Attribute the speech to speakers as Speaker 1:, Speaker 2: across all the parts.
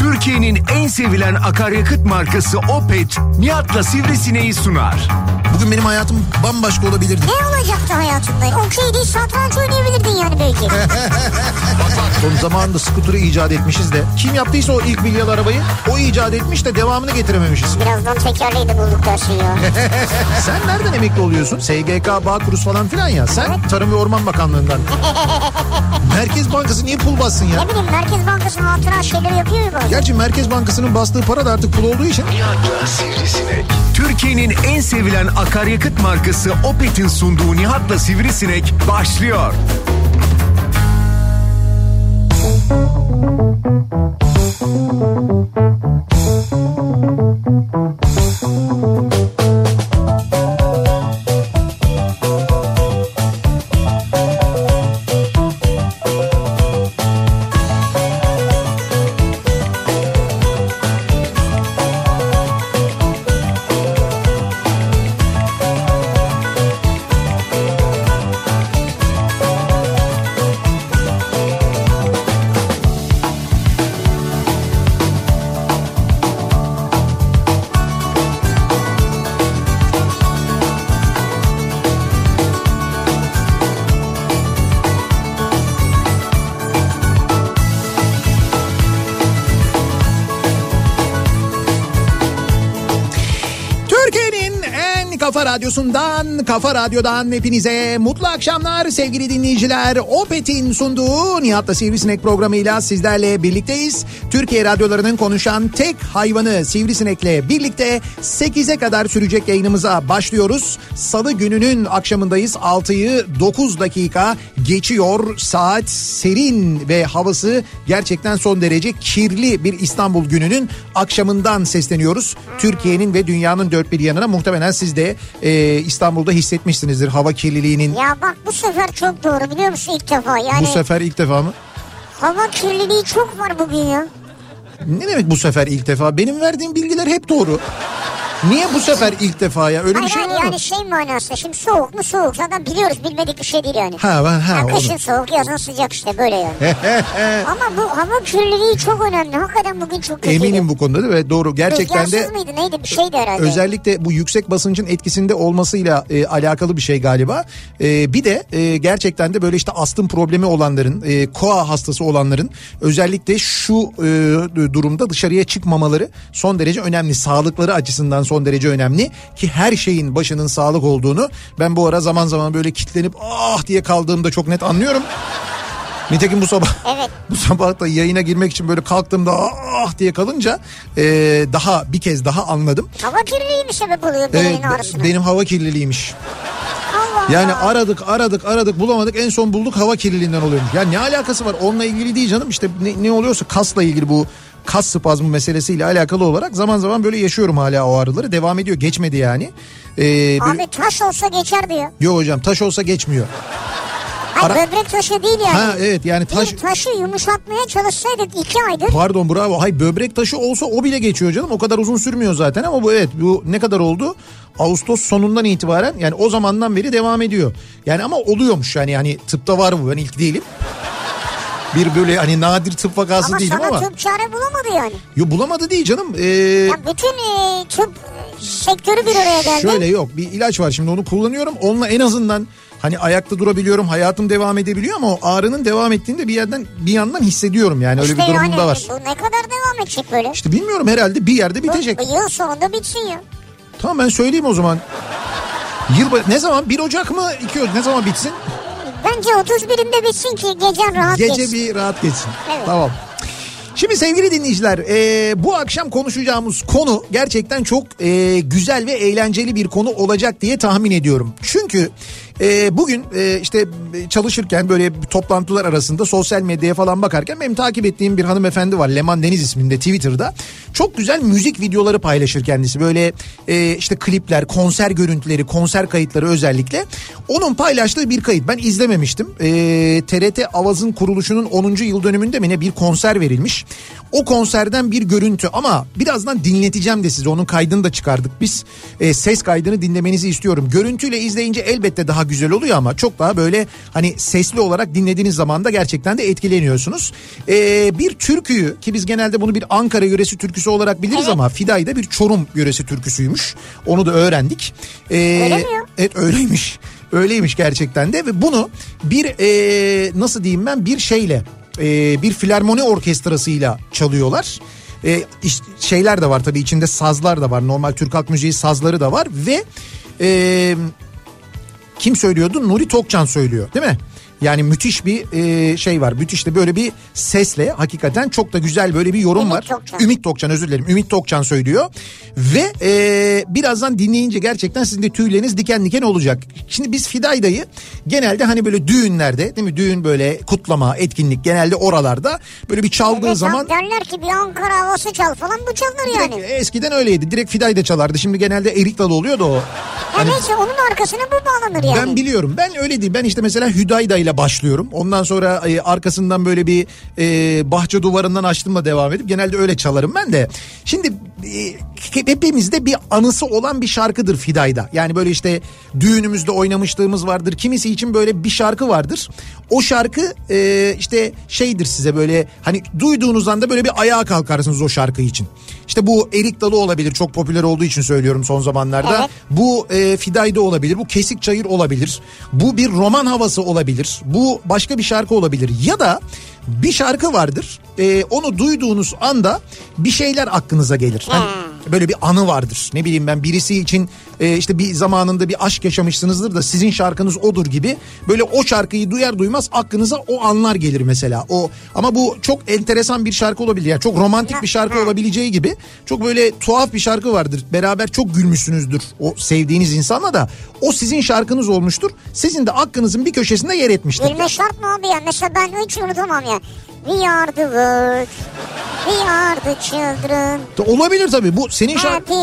Speaker 1: Türkiye'nin en sevilen akaryakıt markası Opet, Nihat'la Sivrisineği sunar.
Speaker 2: Bugün benim hayatım bambaşka olabilirdi.
Speaker 3: Ne olacaktı hayatında? Okey değil, satranç oynayabilirdin yani belki.
Speaker 2: Son zamanında skuturu icat etmişiz de. Kim yaptıysa o ilk milyalı arabayı o icat etmiş de devamını getirememişiz.
Speaker 3: Birazdan tekerleği de bulduk dersin ya.
Speaker 2: Sen nereden emekli oluyorsun? SGK, Bağkuruz falan filan ya. Sen evet. Tarım ve Orman Bakanlığı'ndan. Merkez Bankası niye pul bassın ya?
Speaker 3: Ne bileyim, Merkez Bankası hatıra şeyleri yapıyor ya bazen.
Speaker 2: Gerçi Merkez Bankası'nın bastığı para da artık pul olduğu için.
Speaker 1: Nihat'la Sivrisinek. Türkiye'nin en sevilen akaryakıt markası Opet'in sunduğu Nihat'la Sivrisinek başlıyor.
Speaker 2: Kafa Radyo'dan hepinize mutlu akşamlar sevgili dinleyiciler. Opet'in sunduğu Nihat'la Sivrisinek programıyla sizlerle birlikteyiz. Türkiye radyolarının konuşan tek hayvanı Sivrisinek'le birlikte 8'e kadar sürecek yayınımıza başlıyoruz. Salı gününün akşamındayız. 6'yı 9 dakika geçiyor. Saat serin ve havası gerçekten son derece kirli bir İstanbul gününün akşamından sesleniyoruz. Türkiye'nin ve dünyanın dört bir yanına muhtemelen siz de İstanbul'da hissetmişsinizdir hava kirliliğinin.
Speaker 3: Ya bak, bu sefer çok doğru, biliyor musun, ilk defa yani.
Speaker 2: Bu sefer ilk defa mı?
Speaker 3: Hava kirliliği çok var bugün ya.
Speaker 2: Ne demek bu sefer ilk defa? Benim verdiğim bilgiler hep doğru. Niye bu sefer ilk defa ya? Öyle bir şey var mı?
Speaker 3: Yani şey manasında, şimdi soğuk mu soğuk, zaten biliyoruz, bilmedik bir şey değil yani. Kışın soğuk, yazın sıcak, işte böyle yani. Ama bu hava kirliliği çok önemli. Hakikaten bugün çok kötüydü.
Speaker 2: Eminim bu konuda değil mi? Doğru. Gerçekten de.
Speaker 3: Rüzgarsız mıydı neydi, bir şeydi herhalde.
Speaker 2: Özellikle bu yüksek basıncın etkisinde olmasıyla alakalı bir şey galiba. Bir de gerçekten de böyle işte astım problemi olanların, koa hastası olanların özellikle şu durumda dışarıya çıkmamaları son derece önemli. Sağlıkları açısından son derece önemli ki her şeyin başının sağlık olduğunu ben bu ara zaman zaman böyle kitlenip ah diye kaldığımda çok net anlıyorum. Nitekim bu sabah bu sabah da yayına girmek için böyle kalktığımda ah diye kalınca bir kez daha anladım.
Speaker 3: Hava kirliliği mi sebep oluyor belinin ağrısına?
Speaker 2: Benim hava kirliliğiymiş.
Speaker 3: Allah
Speaker 2: yani
Speaker 3: Allah.
Speaker 2: aradık bulamadık, en son bulduk, hava kirliliğinden oluyormuş. Ya ne alakası var onunla ilgili değil canım, işte ne oluyorsa kasla ilgili, bu kas spazmı meselesiyle alakalı olarak zaman zaman böyle yaşıyorum hala o ağrıları. Devam ediyor, geçmedi yani.
Speaker 3: Abi taş olsa geçer diyor.
Speaker 2: Yok hocam, taş olsa geçmiyor.
Speaker 3: Hayır, böbrek taşı değil yani.
Speaker 2: Ha evet, yani
Speaker 3: bir taşı yumuşatmaya çalışsaydık 2 aydır.
Speaker 2: Pardon, bravo. Hayır, böbrek taşı olsa o bile geçiyor canım. O kadar uzun sürmüyor zaten ama bu ne kadar oldu? Ağustos sonundan itibaren, yani o zamandan beri devam ediyor. Yani ama oluyormuş yani tıpta var bu, ben ilk değilim. Bir böyle hani nadir tıp vakası değilim ama.
Speaker 3: Ama sana tıp çare bulamadı yani.
Speaker 2: Yok, bulamadı değil canım.
Speaker 3: Ya bütün tıp sektörü bir araya geldi.
Speaker 2: Şöyle, yok, bir ilaç var şimdi, onu kullanıyorum. Onunla en azından hani ayakta durabiliyorum, hayatım devam edebiliyor ama o ağrının devam ettiğini de bir yandan hissediyorum yani, öyle bir durumum
Speaker 3: yani,
Speaker 2: da var.
Speaker 3: Bu ne kadar devam edecek böyle?
Speaker 2: İşte bilmiyorum, herhalde bir yerde bitecek.
Speaker 3: Bu yıl sonunda bitsin ya.
Speaker 2: Tamam, ben söyleyeyim o zaman. Ne zaman? 1 Ocak mı? 2 Ocak ne zaman bitsin?
Speaker 3: Bence 31'inde bitsin ki gecen rahat geçsin.
Speaker 2: Gece bir rahat geçsin.
Speaker 3: Evet.
Speaker 2: Tamam. Şimdi sevgili dinleyiciler, bu akşam konuşacağımız konu gerçekten çok güzel ve eğlenceli bir konu olacak diye tahmin ediyorum. Çünkü bugün işte çalışırken böyle toplantılar arasında sosyal medyaya falan bakarken benim takip ettiğim bir hanımefendi var, Leman Deniz isminde, Twitter'da. Çok güzel müzik videoları paylaşır kendisi. Böyle işte klipler, konser görüntüleri, konser kayıtları özellikle. Onun paylaştığı bir kayıt. Ben izlememiştim. TRT Avaz'ın kuruluşunun 10. yıl dönümünde mi ne bir konser verilmiş. O konserden bir görüntü, ama birazdan dinleteceğim de size. Onun kaydını da çıkardık biz. Ses kaydını dinlemenizi istiyorum. Görüntüyle izleyince elbette daha güzel oluyor ama çok daha böyle hani sesli olarak dinlediğiniz zaman da gerçekten de etkileniyorsunuz. Bir türküyü, ki biz genelde bunu bir Ankara yöresi türküsü olarak biliriz ama Fiday da bir Çorum yöresi türküsüymüş. Onu da öğrendik.
Speaker 3: Öyle mi?
Speaker 2: Evet, öyleymiş. Öyleymiş gerçekten de ve bunu bir nasıl diyeyim ben, bir şeyle bir filarmoni orkestrasıyla çalıyorlar. İşte şeyler de var tabii, içinde sazlar da var, normal Türk halk müziği sazları da var ve kim söylüyordu? Nuri Tokcan söylüyor değil mi? Yani müthiş bir şey var. Müthiş de böyle bir sesle, hakikaten çok da güzel böyle bir yorum var. Ümit Tokcan, özür dilerim. Ümit Tokcan söylüyor. Ve birazdan dinleyince gerçekten sizin de tüyleriniz diken diken olacak. Şimdi biz Fidayda'yı genelde hani böyle düğünlerde, değil mi? Düğün böyle kutlama, etkinlik, genelde oralarda böyle bir çaldığı zaman.
Speaker 3: Derler ki bir Ankara havası çal falan, bu çalınır yani.
Speaker 2: Eskiden öyleydi. Direkt Fidayda çalardı. Şimdi genelde erik dalı oluyor da o.
Speaker 3: Hani, neyse onun arkasına bu bağlanır yani.
Speaker 2: Ben biliyorum. Ben öyle değil. Ben işte mesela Hüdayda ile başlıyorum. Ondan sonra arkasından böyle bir bahçe duvarından açtığımla devam edip genelde öyle çalarım ben de. Şimdi hepimizde bir anısı olan bir şarkıdır Fidayda. Yani böyle işte düğünümüzde oynamışlığımız vardır. Kimisi için böyle bir şarkı vardır. O şarkı işte şeydir, size böyle hani duyduğunuz anda böyle bir ayağa kalkarsınız o şarkı için. İşte bu Erik Dalı olabilir, çok popüler olduğu için söylüyorum son zamanlarda. Evet. Bu Fidayda olabilir, bu Kesik Çayır olabilir. Bu bir roman havası olabilir. Bu başka bir şarkı olabilir. Ya da bir şarkı vardır. Onu duyduğunuz anda bir şeyler aklınıza gelir. Hani böyle bir anı vardır. Ne bileyim ben, birisi için işte bir zamanında bir aşk yaşamışsınızdır da sizin şarkınız odur gibi. Böyle o şarkıyı duyar duymaz aklınıza o anlar gelir mesela. O, ama bu çok enteresan bir şarkı olabilir. Yani çok romantik bir şarkı olabileceği gibi çok böyle tuhaf bir şarkı vardır. Beraber çok gülmüşsünüzdür o sevdiğiniz insanla da. O sizin şarkınız olmuştur. Sizin de aklınızın bir köşesinde yer etmiştir.
Speaker 3: Gülme şart mı abi ya? Mesela ben hiç unutamam ya. We are the world, we are the children.
Speaker 2: Olabilir tabii, bu senin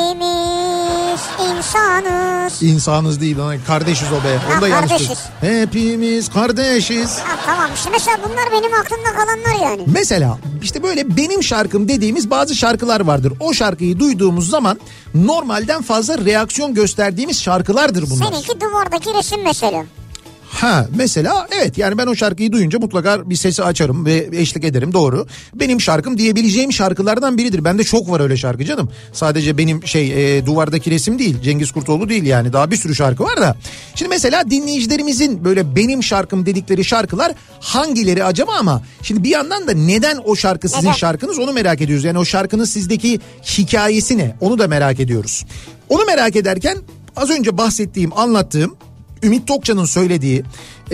Speaker 3: Hepimiz insanız.
Speaker 2: İnsanız değil, kardeşiz o be. Onu da yanlış. Hepimiz kardeşiz.
Speaker 3: Ha, tamam işte mesela bunlar benim aklımda kalanlar yani.
Speaker 2: Mesela işte böyle benim şarkım dediğimiz bazı şarkılar vardır. O şarkıyı duyduğumuz zaman normalden fazla reaksiyon gösterdiğimiz şarkılardır bunlar.
Speaker 3: Seninki duvardaki resim mesela.
Speaker 2: Ha mesela evet, yani ben o şarkıyı duyunca mutlaka bir sesi açarım ve eşlik ederim, doğru. Benim şarkım diyebileceğim şarkılardan biridir. Bende çok var öyle şarkı canım. Sadece benim duvardaki resim değil, Cengiz Kurtoğlu değil, yani daha bir sürü şarkı var da. Şimdi mesela dinleyicilerimizin böyle benim şarkım dedikleri şarkılar hangileri acaba, ama şimdi bir yandan da neden o şarkı sizin şarkınız onu merak ediyoruz. Yani o şarkının sizdeki hikayesi ne, onu da merak ediyoruz. Onu merak ederken az önce bahsettiğim, anlattığım Ümit Tokcan'ın söylediği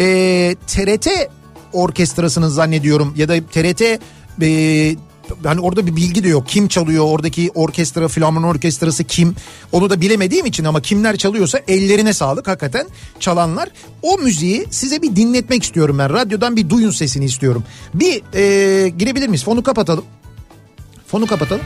Speaker 2: TRT orkestrasının zannediyorum ya da TRT hani orada bir bilgi de yok. Kim çalıyor oradaki orkestra, filarmoni orkestrası kim? Onu da bilemediğim için, ama kimler çalıyorsa ellerine sağlık hakikaten çalanlar. O müziği size bir dinletmek istiyorum ben. Radyodan bir duyun sesini istiyorum. Bir girebilir miyiz? Fonu kapatalım. Fonu kapatalım.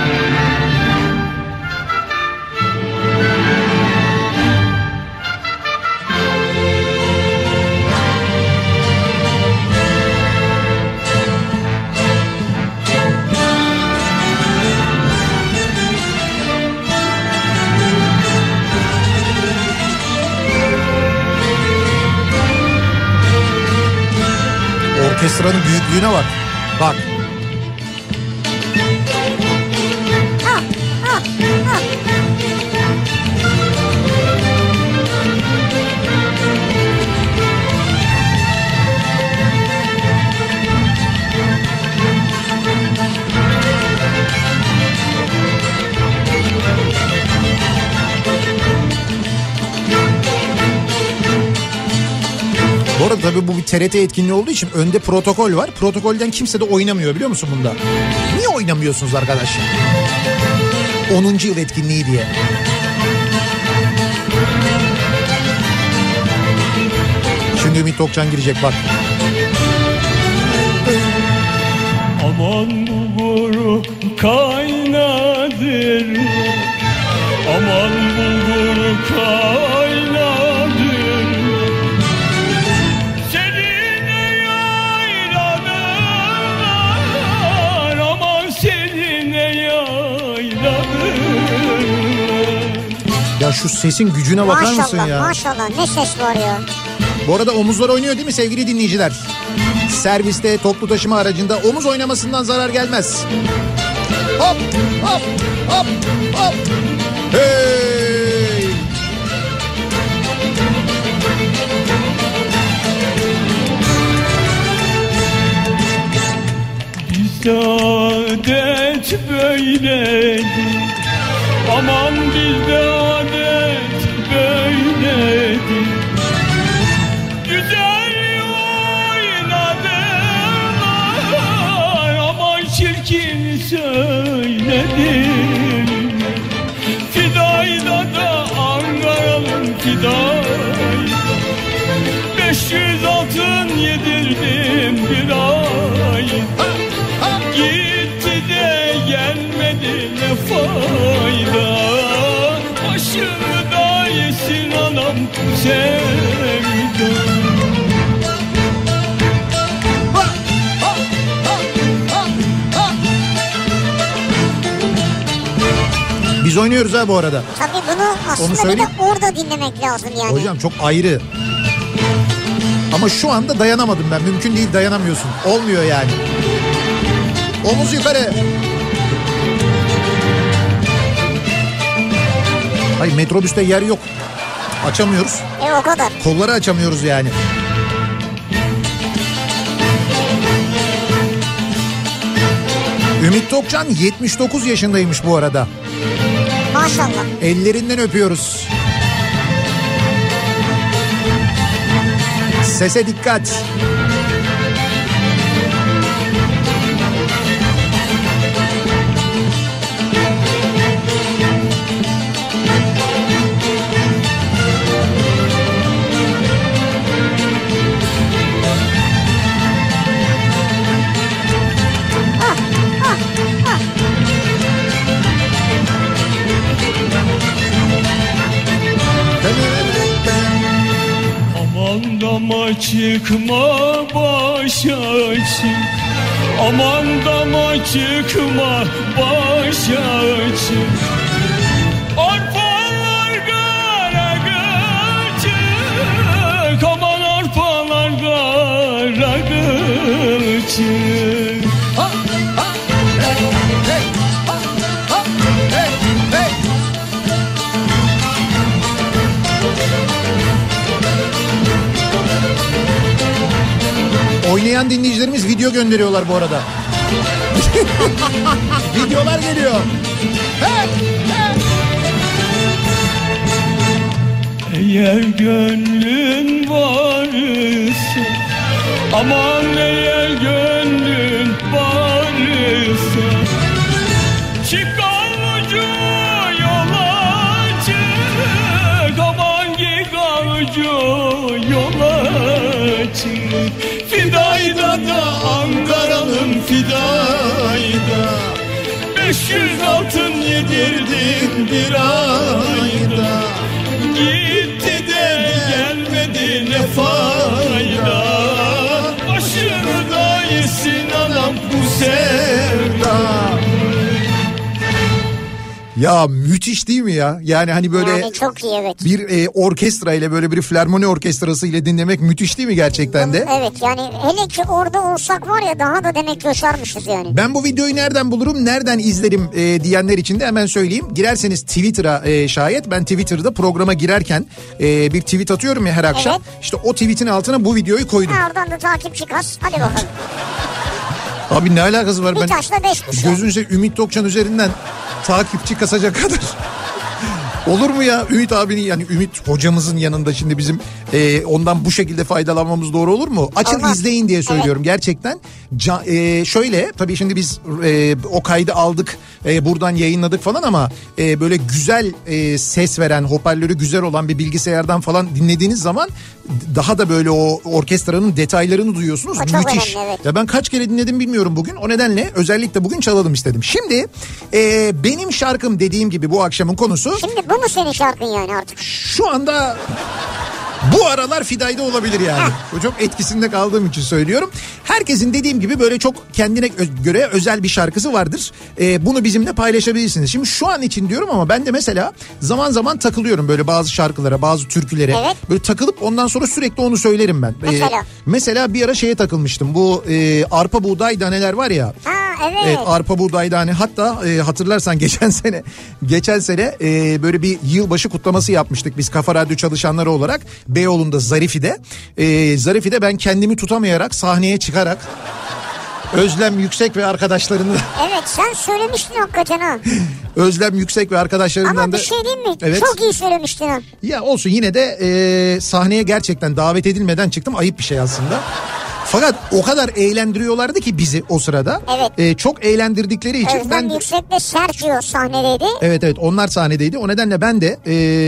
Speaker 2: Orkestranın büyüklüğüne bak. Bak. Bu arada tabii bu bir TRT etkinliği olduğu için önde protokol var. Protokolden kimse de oynamıyor, biliyor musun bunda? Niye oynamıyorsunuz arkadaş? 10. yıl etkinliği diye. Şimdi Ümit Tokcan girecek bak.
Speaker 4: Aman bulgur kaynadır, aman bulgur kaynadır, seninle yayladır, aman seninle yayladır.
Speaker 2: Ya şu sesin gücüne bakar
Speaker 3: maşallah,
Speaker 2: mısın ya?
Speaker 3: Maşallah ne ses var ya.
Speaker 2: Bu arada omuzlar oynuyor değil mi sevgili dinleyiciler? Serviste, toplu taşıma aracında omuz oynamasından zarar gelmez. Hop hop hop hop. Hey!
Speaker 4: Bizde adet böyleydi. Aman bizde adet böyleydi. Güzel oynadılar, aman çirkin söyledim. Fidayda da Ankara'nın Fiday, 500 altın yedirdim bir ay. Gitti de gelmedi ne fayda. Başını da yesin anam sevda.
Speaker 2: Biz oynuyoruz ha bu arada.
Speaker 3: Tabii bunu aslında bir de orada dinlemek lazım yani.
Speaker 2: Hocam çok ayrı. Ama şu anda dayanamadım ben. Mümkün değil, dayanamıyorsun. Olmuyor yani. Omuz yukarı. Hayır, metrobüste yer yok. Açamıyoruz.
Speaker 3: O kadar.
Speaker 2: Kolları açamıyoruz yani. Ümit Tokcan 79 yaşındaymış bu arada.
Speaker 3: Maşallah.
Speaker 2: Ellerinden öpüyoruz. Sese dikkat.
Speaker 4: Aman dama çıkma başa çık. Aman dama çıkma başa çık. Arpalar kara gıcık. Aman arpalar kara gıcık.
Speaker 2: Oynayan dinleyicilerimiz video gönderiyorlar bu arada. Videolar geliyor. Hey, hey.
Speaker 4: Eğer gönlün varsa, aman eğer gönlün varsa, çık avucu yola çık. Aman git avucu yola çık. Fidayda da Ankara'nın Fidayda, 500 altın yedirdin bir ayda. Gitti de gelmedi ne fayda. Başını da yesin anam bu sevda.
Speaker 2: Ya müthiş değil mi ya? Yani hani böyle
Speaker 3: yani çok iyi, evet.
Speaker 2: Bir orkestra ile, böyle bir filarmoni orkestrası ile dinlemek müthiş değil mi gerçekten de?
Speaker 3: Evet, yani hele ki orada olsak var ya, daha da demek coşarmışız yani.
Speaker 2: Ben bu videoyu nereden bulurum, nereden izlerim diyenler için de hemen söyleyeyim. Girerseniz Twitter'a şayet, ben Twitter'da programa girerken bir tweet atıyorum ya her akşam. Evet. İşte o tweetin altına bu videoyu koydum.
Speaker 3: Oradan da takipçi kas. Hadi bakalım.
Speaker 2: Abi ne alakası var?
Speaker 3: Bir taşla 5 kuş.
Speaker 2: Gözünüze Ümit Tokcan üzerinden takipçi kasacak kadar. Olur mu ya Ümit abinin, yani Ümit hocamızın yanında şimdi bizim ondan bu şekilde faydalanmamız doğru olur mu? Açın olmaz. İzleyin diye söylüyorum, evet. Gerçekten. Şöyle tabii şimdi biz o kaydı aldık, buradan yayınladık falan ama böyle güzel ses veren, hoparlörü güzel olan bir bilgisayardan falan dinlediğiniz zaman daha da böyle o orkestranın detaylarını duyuyorsunuz.
Speaker 3: O
Speaker 2: müthiş.
Speaker 3: Önemli, evet.
Speaker 2: Ya ben kaç kere dinledim bilmiyorum bugün. O nedenle özellikle bugün çalalım istedim. Şimdi benim şarkım dediğim gibi bu akşamın konusu.
Speaker 3: Şimdi bu mu senin şarkın yani artık?
Speaker 2: Şu anda Bu aralar Fiday'da olabilir yani. O çok etkisinde kaldığım için söylüyorum. Herkesin dediğim gibi böyle çok kendine göre özel bir şarkısı vardır. Bunu bizimle paylaşabilirsiniz. Şimdi şu an için diyorum ama ben de mesela zaman zaman takılıyorum böyle bazı şarkılara, bazı türkülere. Evet. Böyle takılıp ondan sonra sürekli onu söylerim ben. Mesela bir ara şeye takılmıştım. Bu arpa buğday daneler var ya.
Speaker 3: Ha evet.
Speaker 2: Evet, arpa buğday tane. Hatta hatırlarsan geçen sene böyle bir yılbaşı kutlaması yapmıştık biz Kafa Radyo çalışanları olarak. Beyoğlu'nda Zarifi'de. Zarifi'de ben kendimi tutamayarak sahneye çıkarak Özlem Yüksek ve arkadaşlarını...
Speaker 3: Evet, sen söylemiştin hakikaten ha.
Speaker 2: Özlem Yüksek ve arkadaşlarından da...
Speaker 3: Ama bir şey diyeyim mi? Evet. Çok iyi söylemiştin ha.
Speaker 2: Ya olsun, yine de sahneye gerçekten davet edilmeden çıktım. Ayıp bir şey aslında. Fakat o kadar eğlendiriyorlardı ki bizi o sırada.
Speaker 3: Evet.
Speaker 2: Çok eğlendirdikleri için
Speaker 3: Özlem Yüksek'le Sergio sahnedeydi.
Speaker 2: Evet onlar sahnedeydi. O nedenle ben de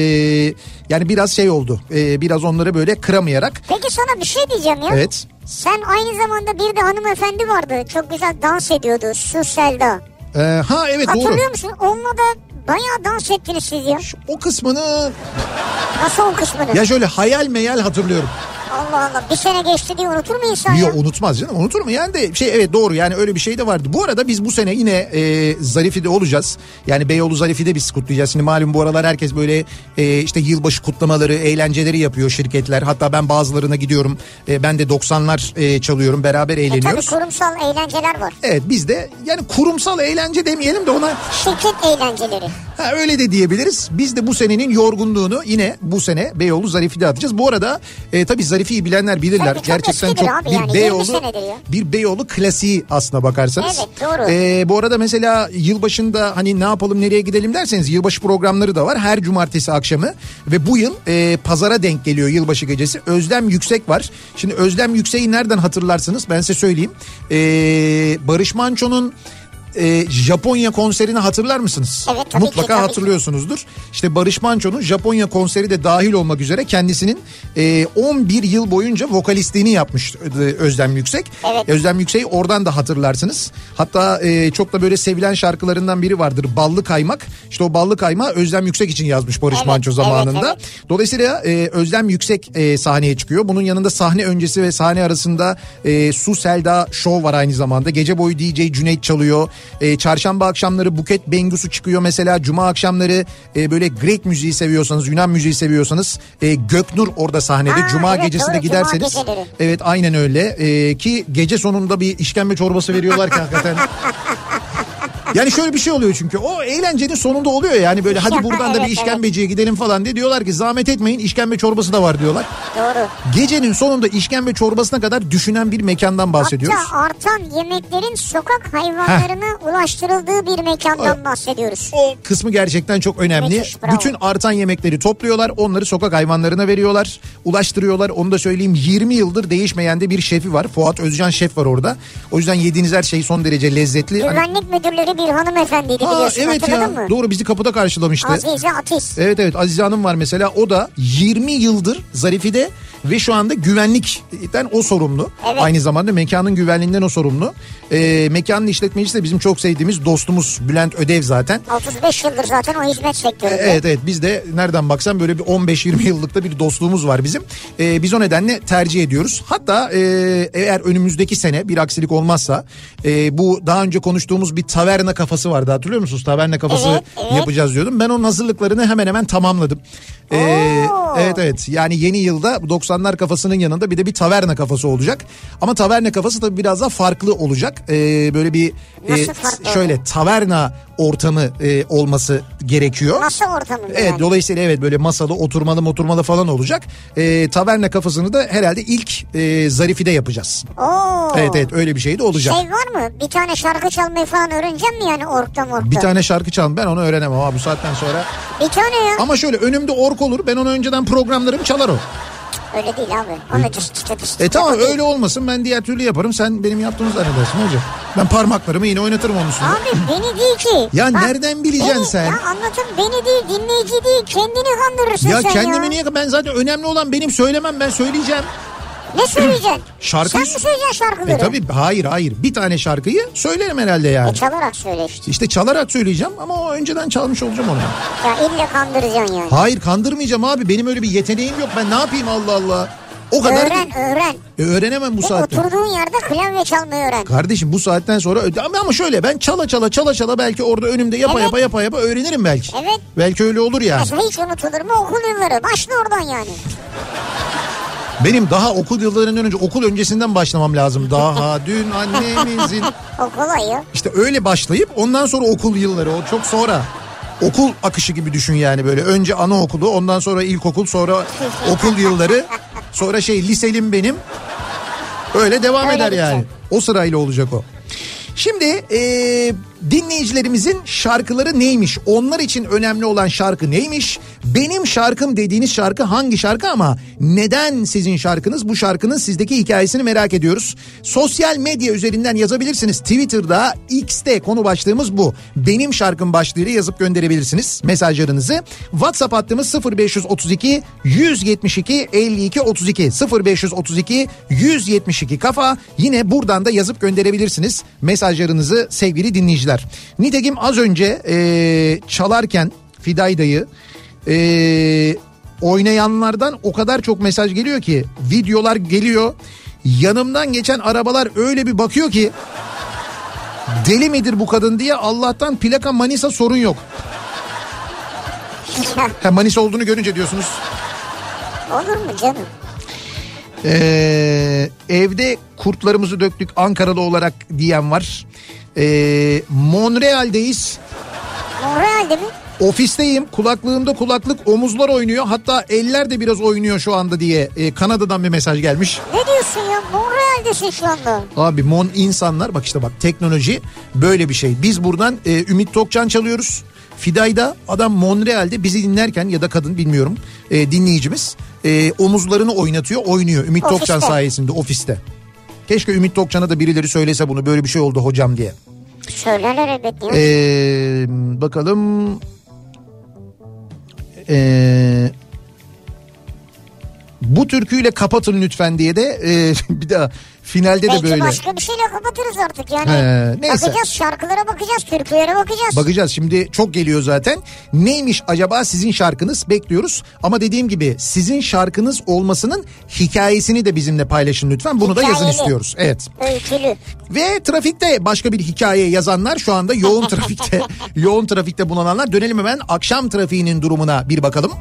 Speaker 2: yani biraz şey oldu. Biraz onları böyle kıramayarak.
Speaker 3: Peki sana bir şey diyeceğim ya.
Speaker 2: Evet.
Speaker 3: Sen aynı zamanda bir de hanımefendi vardı. Çok güzel dans ediyordu. Su Selda.
Speaker 2: Ha evet, doğru.
Speaker 3: Hatırlıyor musun? Onunla da bayağı dans ettiniz siz ya.
Speaker 2: O kısmını...
Speaker 3: Nasıl o kısmını?
Speaker 2: Ya şöyle hayal meyal hatırlıyorum.
Speaker 3: Allah Allah, bir sene geçti diye unutur mu insan ya?
Speaker 2: Yok, unutmaz canım, unutur mu yani, de evet doğru, yani öyle bir şey de vardı. Bu arada biz bu sene yine Zarifi'de olacağız. Yani Beyoğlu Zarifi'de biz kutlayacağız. Şimdi malum bu aralar herkes böyle işte yılbaşı kutlamaları, eğlenceleri yapıyor şirketler. Hatta ben bazılarına gidiyorum. Ben de 90'lar çalıyorum, beraber eğleniyoruz.
Speaker 3: Tabii kurumsal eğlenceler var.
Speaker 2: Evet, biz de yani kurumsal eğlence demeyelim de ona...
Speaker 3: Şirket eğlenceleri.
Speaker 2: Ha, öyle de diyebiliriz. Biz de bu senenin yorgunluğunu yine bu sene Beyoğlu Zarifi'de atacağız. Bu arada tabii Zarifi'yi bilenler bilirler.
Speaker 3: Tabii,
Speaker 2: gerçekten çok
Speaker 3: abi, yani
Speaker 2: bir Beyoğlu klasiği aslına bakarsanız.
Speaker 3: Evet, doğru.
Speaker 2: Bu arada mesela yılbaşında hani ne yapalım, nereye gidelim derseniz yılbaşı programları da var. Her cumartesi akşamı ve bu yıl pazara denk geliyor yılbaşı gecesi. Özlem Yüksek var. Şimdi Özlem Yüksek'i nereden hatırlarsınız? Ben size söyleyeyim. Barış Manço'nun Japonya konserini hatırlar mısınız?
Speaker 3: Evet, tabii
Speaker 2: mutlaka
Speaker 3: ki,
Speaker 2: hatırlıyorsunuzdur. İşte Barış Manço'nun Japonya konseri de dahil olmak üzere kendisinin 11 yıl boyunca vokalistliğini yapmış Özlem Yüksek.
Speaker 3: Evet.
Speaker 2: Özlem Yüksek'i oradan da hatırlarsınız. Hatta çok da böyle sevilen şarkılarından biri vardır, Ballı Kaymak. İşte o Ballı Kaymağı Özlem Yüksek için yazmış Barış Manço zamanında. Evet. Dolayısıyla Özlem Yüksek sahneye çıkıyor. Bunun yanında sahne öncesi ve sahne arasında Su Selda Show var aynı zamanda. Gece boyu DJ Cüneyt çalıyor. Çarşamba akşamları Buket Bengusu çıkıyor mesela. Cuma akşamları böyle Greek müziği seviyorsanız, Yunan müziği seviyorsanız Göknur orada sahnede. Cuma gecesi doğru, de giderseniz. Evet, aynen öyle. Ki gece sonunda bir işkembe çorbası veriyorlar ki hakikaten. Yani şöyle bir şey oluyor çünkü o eğlencenin sonunda oluyor yani, böyle hadi buradan da bir işkembeciye gidelim falan diye diyorlar ki zahmet etmeyin, işkembe çorbası da var diyorlar.
Speaker 3: Doğru.
Speaker 2: Gecenin sonunda işkembe çorbasına kadar düşünen bir mekandan bahsediyoruz.
Speaker 3: Hatta artan yemeklerin sokak hayvanlarına ulaştırıldığı bir mekandan bahsediyoruz.
Speaker 2: O kısmı gerçekten çok önemli.
Speaker 3: Müthiş,
Speaker 2: bütün artan yemekleri topluyorlar, onları sokak hayvanlarına veriyorlar, ulaştırıyorlar. Onu da söyleyeyim, 20 yıldır değişmeyen de bir şefi var. Fuat Özcan şef var orada. O yüzden yediğiniz her şey son derece lezzetli.
Speaker 3: Güvenlik müdürleri bir hanımefendiydi biliyorsun,
Speaker 2: evet
Speaker 3: hatırladın
Speaker 2: ya,
Speaker 3: mı?
Speaker 2: Doğru, bizi kapıda karşılamıştı.
Speaker 3: Azize Atiz.
Speaker 2: Evet Azize Hanım var mesela, o da 20 yıldır Zarifi'de ve şu anda güvenlikten o sorumlu. Evet. Aynı zamanda mekanın güvenliğinden o sorumlu. Mekanın işletmecisi de bizim çok sevdiğimiz dostumuz Bülent Ödev zaten.
Speaker 3: 35 yıldır zaten o hizmet sektöründe.
Speaker 2: Evet biz de nereden baksan böyle bir 15-20 yıllıkta bir dostluğumuz var bizim. Biz o nedenle tercih ediyoruz. Hatta eğer önümüzdeki sene bir aksilik olmazsa bu daha önce konuştuğumuz bir taverna kafası vardı, hatırlıyor musunuz? Taverna kafası yapacağız diyordum. Ben onun hazırlıklarını hemen hemen tamamladım. Evet yani yeni yılda 90'lar kafasının yanında bir de bir taverna kafası olacak. Ama taverna kafası tabii biraz daha farklı olacak. Böyle bir şöyle taverna ortamı olması gerekiyor.
Speaker 3: Masa ortamı
Speaker 2: evet yani. Dolayısıyla böyle masalı, oturmalı falan olacak. Taverna kafasını da herhalde ilk Zarifi'de yapacağız. Evet öyle bir şey de olacak.
Speaker 3: Şey var mı? Bir tane şarkı çalmayı falan öğreneceğim mi yani orkta?
Speaker 2: Bir tane şarkı çal, ben onu öğrenemem ama bu saatten sonra.
Speaker 3: Bir tane ya.
Speaker 2: Ama şöyle önümde ork olur, ben onu önceden programlarım, çalar o.
Speaker 3: Öyle değil abi. Onu
Speaker 2: tamam öyle olmasın, ben diğer türlü yaparım, sen benim yaptığımı zannedersin hocam. Ben parmaklarımı yine oynatırım onun üstüne.
Speaker 3: Abi beni değil ki.
Speaker 2: Ya bak, nereden bileceksin sen?
Speaker 3: Ya anlatın, beni değil, dinleyici değil, kendini kandırırsın
Speaker 2: ya
Speaker 3: sen
Speaker 2: kendimi niye, ben zaten önemli olan benim söylemem, ben söyleyeceğim.
Speaker 3: Ne söyleyeceksin?
Speaker 2: Şarkı...
Speaker 3: Sen mi söyleyeceksin şarkıları?
Speaker 2: Tabii hayır. Bir tane şarkıyı söylerim herhalde yani.
Speaker 3: Çalarak söyle işte.
Speaker 2: İşte çalarak söyleyeceğim ama o önceden çalmış olacağım onu.
Speaker 3: Ya illa kandıracaksın yani.
Speaker 2: Hayır kandırmayacağım abi. Benim öyle bir yeteneğim yok. Ben ne yapayım Allah Allah. O kadar.
Speaker 3: Öğren.
Speaker 2: Öğrenemem bu saatte.
Speaker 3: Oturduğun yerde klavye çalmayı öğren.
Speaker 2: Kardeşim bu saatten sonra ama şöyle ben çala belki orada önümde yapa yapa öğrenirim belki.
Speaker 3: Evet.
Speaker 2: Belki öyle olur yani.
Speaker 3: Mesela hiç unutulur mu okul yılları? Başla oradan yani.
Speaker 2: Benim daha okul yıllarından önce okul öncesinden başlamam lazım. Daha dün annemizin.
Speaker 3: O kolay ya.
Speaker 2: İşte öyle başlayıp ondan sonra okul yılları, o çok sonra. Okul akışı gibi düşün yani, böyle önce anaokulu, ondan sonra ilkokul, sonra okul yılları, sonra liselim benim. Öyle devam eder yani. O sırayla olacak o. Şimdi dinleyicilerimizin şarkıları neymiş? Onlar için önemli olan şarkı neymiş? Benim şarkım dediğiniz şarkı hangi şarkı ama neden sizin şarkınız? Bu şarkının sizdeki hikayesini merak ediyoruz. Sosyal medya üzerinden yazabilirsiniz. Twitter'da, X'te konu başlığımız bu. Benim şarkım başlığıyla yazıp gönderebilirsiniz mesajlarınızı. WhatsApp hattımız 0532 172 52 32 0532 172 kafa. Yine buradan da yazıp gönderebilirsiniz mesajlarınızı sevgili dinleyiciler. Nitekim az önce çalarken Fidayda'yı oynayanlardan o kadar çok mesaj geliyor ki, videolar geliyor. Yanımdan geçen arabalar öyle bir bakıyor ki deli midir bu kadın diye. Allah'tan plaka Manisa, sorun yok. Manisa olduğunu görünce diyorsunuz.
Speaker 3: Olur mu canım?
Speaker 2: Evde kurtlarımızı döktük Ankaralı olarak diyen var. Montreal'deyiz.
Speaker 3: Montreal'de mi?
Speaker 2: Ofisteyim, kulaklığımda kulaklık, omuzlar oynuyor, hatta eller de biraz oynuyor şu anda diye Kanada'dan bir mesaj gelmiş.
Speaker 3: Ne diyorsun ya? Montreal'desin şu anda.
Speaker 2: Abi insanlar bak teknoloji böyle bir şey. Biz buradan Ümit Tokcan çalıyoruz. Fidayda adam Montreal'de bizi dinlerken, ya da kadın bilmiyorum, dinleyicimiz omuzlarını oynuyor Ümit
Speaker 3: ofiste.
Speaker 2: Tokcan sayesinde ofiste. Keşke Ümit Tokcan'a da birileri söylese bunu, böyle bir şey oldu hocam diye.
Speaker 3: Söylerler elbette.
Speaker 2: Bakalım. Bu türküyle kapatın lütfen diye de bir daha finalde
Speaker 3: belki
Speaker 2: de böyle.
Speaker 3: Belki başka bir şeyle kapatırız artık yani.
Speaker 2: Neyse.
Speaker 3: Bakacağız, şarkılara bakacağız, türkülere bakacağız.
Speaker 2: Bakacağız, şimdi çok geliyor zaten. Neymiş acaba sizin şarkınız, bekliyoruz. Ama dediğim gibi sizin şarkınız olmasının hikayesini de bizimle paylaşın lütfen. Bunu
Speaker 3: Hikayeli.
Speaker 2: da yazın istiyoruz. Evet.
Speaker 3: Öykülü.
Speaker 2: Ve trafikte başka bir hikaye yazanlar şu anda yoğun trafikte. Yoğun trafikte bulunanlar. Dönelim hemen akşam trafiğinin durumuna bir bakalım.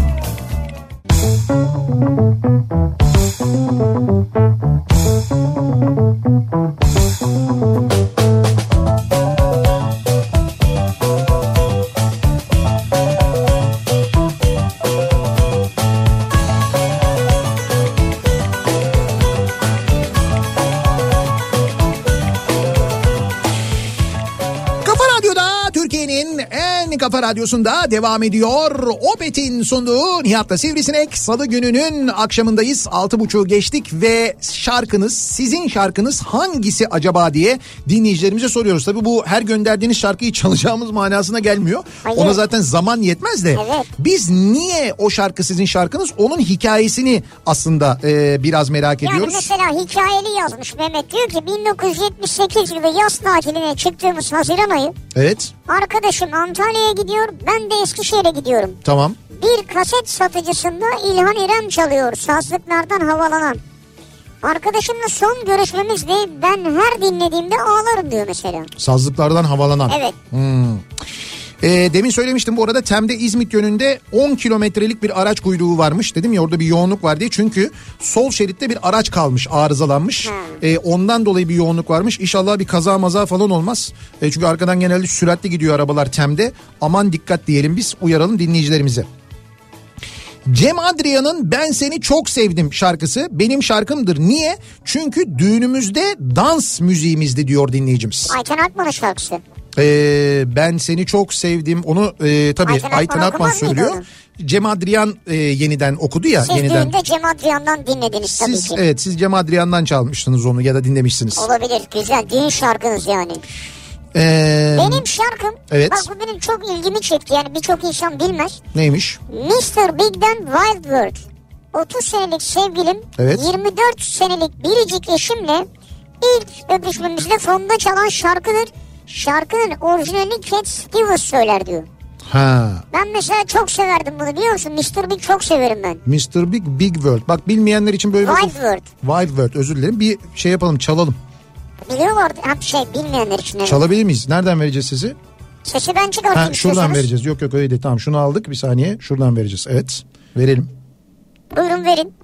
Speaker 2: Kafa Radyosu'nda devam ediyor. Opet'in sunduğu Nihat'la Sivrisinek. Salı gününün akşamındayız. 6.30'u geçtik ve şarkınız, sizin şarkınız hangisi acaba diye dinleyicilerimize soruyoruz. Tabii bu her gönderdiğiniz şarkıyı çalacağımız manasına gelmiyor.
Speaker 3: Hayır.
Speaker 2: Ona zaten zaman yetmez de.
Speaker 3: Evet.
Speaker 2: Biz niye o şarkı sizin şarkınız, onun hikayesini aslında biraz merak ediyoruz.
Speaker 3: Yani mesela hikayeli yazmış Mehmet, diyor ki 1978 yılı yaz tatiline çıktığımız Haziran ayı.
Speaker 2: Evet.
Speaker 3: Arkadaşım Antalya'ya gidiyor, ben de Eskişehir'e gidiyorum.
Speaker 2: Tamam.
Speaker 3: Bir kaset satıcısında İlhan İrem çalıyor, sazlıklardan havalanan. Arkadaşımla son görüşmemizde ben her dinlediğimde ağlarım diyor mesela.
Speaker 2: Sazlıklardan havalanan.
Speaker 3: Evet.
Speaker 2: Demin söylemiştim bu arada, Tem'de İzmit yönünde 10 kilometrelik bir araç kuyruğu varmış. Dedim ya orada bir yoğunluk var diye. Çünkü sol şeritte bir araç kalmış, arızalanmış. Ondan dolayı bir yoğunluk varmış. İnşallah bir kaza maza falan olmaz. Çünkü arkadan genelde süratli gidiyor arabalar Tem'de. Aman dikkat diyelim biz, uyaralım dinleyicilerimizi. Cem Adrian'ın Ben Seni Çok Sevdim şarkısı benim şarkımdır. Niye? Çünkü düğünümüzde dans müziğimizdi diyor dinleyicimiz.
Speaker 3: Ayten Akman'ın şarkısı.
Speaker 2: Ben Seni Çok Sevdim, onu tabii Ayten Akman söylüyor. Cem Adrian yeniden okudu ya.
Speaker 3: Siz
Speaker 2: yeniden.
Speaker 3: düğünde Cem Adrian'dan dinlediniz tabii ki.
Speaker 2: Evet, siz Cem Adrian'dan çalmıştınız onu ya da dinlemişsiniz.
Speaker 3: Olabilir, güzel düğün şarkınız yani. Benim şarkım,
Speaker 2: evet.
Speaker 3: Bak bu benim çok ilgimi çekti, yani birçok insan bilmez.
Speaker 2: Neymiş?
Speaker 3: Mr. Big'den Wild World. 30 senelik sevgilim,
Speaker 2: evet.
Speaker 3: 24 senelik biricik eşimle ilk öpüşmemizde fonda çalan şarkıdır. Şarkının orijinalini Cat Stevens söyler diyor.
Speaker 2: Ha.
Speaker 3: Ben mesela çok severdim bunu, biliyor musun? Mr. Big çok severim ben.
Speaker 2: Mr. Big, Big World. Bak bilmeyenler için böyle...
Speaker 3: Wild World.
Speaker 2: Wild World, özür dilerim. Bir şey yapalım, çalalım.
Speaker 3: Biliyorlar bilmeyenler için. Evet.
Speaker 2: Çalabilir miyiz? Nereden vereceğiz sesi?
Speaker 3: Sesi ben çıkartayım.
Speaker 2: Ha, şuradan vereceğiz. Yok öyle değil. Tamam, şunu aldık, bir saniye. Şuradan vereceğiz. Evet. Verelim.
Speaker 3: Buyurun verin.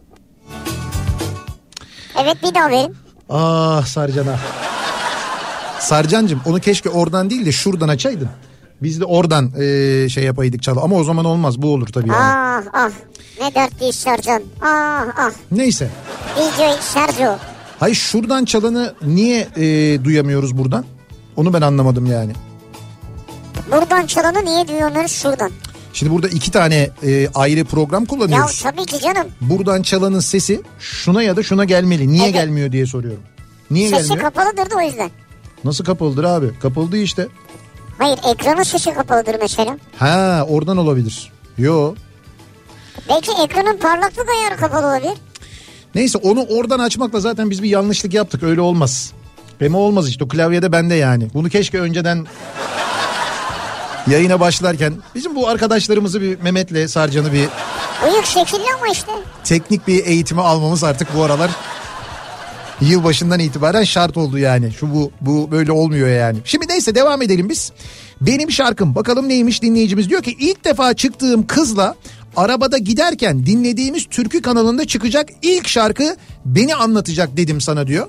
Speaker 3: Evet, bir daha verin.
Speaker 2: Ah Sarcan'a. Sarcancığım, onu keşke oradan değil de şuradan açaydın. Biz de oradan şey yapaydık, çalı. Ama o zaman olmaz. Bu olur tabii yani.
Speaker 3: Ah ah. Ne dertliyiz Sercan. Ah ah.
Speaker 2: Neyse.
Speaker 3: DJ Sergio.
Speaker 2: Hayır, şuradan çalanı niye duyamıyoruz buradan? Onu ben anlamadım yani.
Speaker 3: Buradan çalanı niye duyamıyoruz şuradan?
Speaker 2: Şimdi burada 2 tane ayrı program kullanıyoruz.
Speaker 3: Ya tabii ki canım.
Speaker 2: Buradan çalanın sesi şuna ya da şuna gelmeli. Niye evet. gelmiyor diye soruyorum. Niye
Speaker 3: sesi
Speaker 2: gelmiyor?
Speaker 3: Sesi kapalıdır da o yüzden.
Speaker 2: Nasıl kapalıdır abi? Kapalı değil işte.
Speaker 3: Hayır, ekranın sesi kapalıdır mesela.
Speaker 2: Ha, oradan olabilir. Yo.
Speaker 3: Belki ekranın parlaklık ayarı kapalı olabilir.
Speaker 2: Neyse, onu oradan açmakla zaten biz bir yanlışlık yaptık. Öyle olmaz. Ama olmaz işte, o klavyede bende yani. Bunu keşke önceden yayına başlarken bizim bu arkadaşlarımızı bir, Mehmet'le Sarcan'ı bir...
Speaker 3: Uyuk şekilli ama işte.
Speaker 2: Teknik bir eğitimi almamız artık bu aralar yılbaşından itibaren şart oldu yani. Bu böyle olmuyor yani. Şimdi neyse, devam edelim biz. Benim şarkım, bakalım neymiş dinleyicimiz. Diyor ki ilk defa çıktığım kızla arabada giderken dinlediğimiz türkü kanalında çıkacak ilk şarkı Beni Anlatacak dedim sana diyor.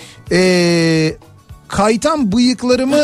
Speaker 2: Kaytan bıyıklarımı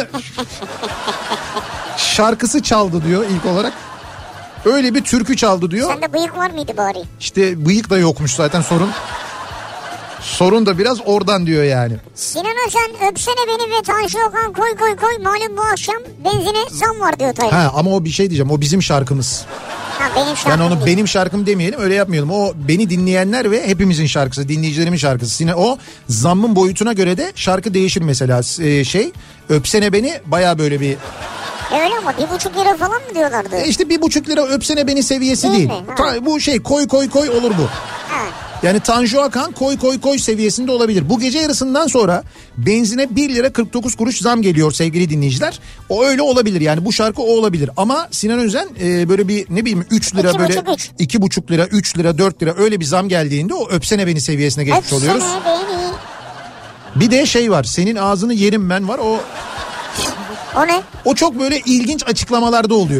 Speaker 2: şarkısı çaldı diyor ilk olarak. Öyle bir türkü çaldı diyor.
Speaker 3: Sende bıyık var mıydı bari?
Speaker 2: İşte bıyık da yokmuş zaten, sorun. Sorun da biraz oradan diyor yani.
Speaker 3: Sinan Özen öpsene beni ve Tanju Okan koy koy koy, malum bu akşam benzine zam var diyor Taylan.
Speaker 2: Ha, ama o bir şey diyeceğim, o bizim şarkımız.
Speaker 3: Ha, benim şarkım
Speaker 2: yani onu
Speaker 3: değil.
Speaker 2: Benim şarkım demeyelim, öyle yapmayalım. O beni dinleyenler ve hepimizin şarkısı, dinleyicilerimin şarkısı. Yine o zammın boyutuna göre de şarkı değişir mesela. Öpsene beni baya böyle bir...
Speaker 3: Öyle ama 1,5 lira falan mı diyorlardı?
Speaker 2: İşte 1,5 lira öpsene beni seviyesi değil. Bu şey koy koy koy olur bu.
Speaker 3: Ha.
Speaker 2: Yani Tanju Akan koy koy koy seviyesinde olabilir. Bu gece yarısından sonra benzine 1 lira 49 kuruş zam geliyor sevgili dinleyiciler. O öyle olabilir yani, bu şarkı o olabilir. Ama Sinan Özen böyle bir ne bileyim 3 lira 2, böyle 2,5 lira 3 lira 4 lira öyle bir zam geldiğinde o öpsene beni seviyesine geçmiş
Speaker 3: öpsene
Speaker 2: oluyoruz.
Speaker 3: Beni.
Speaker 2: Bir de şey var, senin ağzını yerim ben var, o...
Speaker 3: O ne?
Speaker 2: O çok böyle ilginç açıklamalarda oluyor.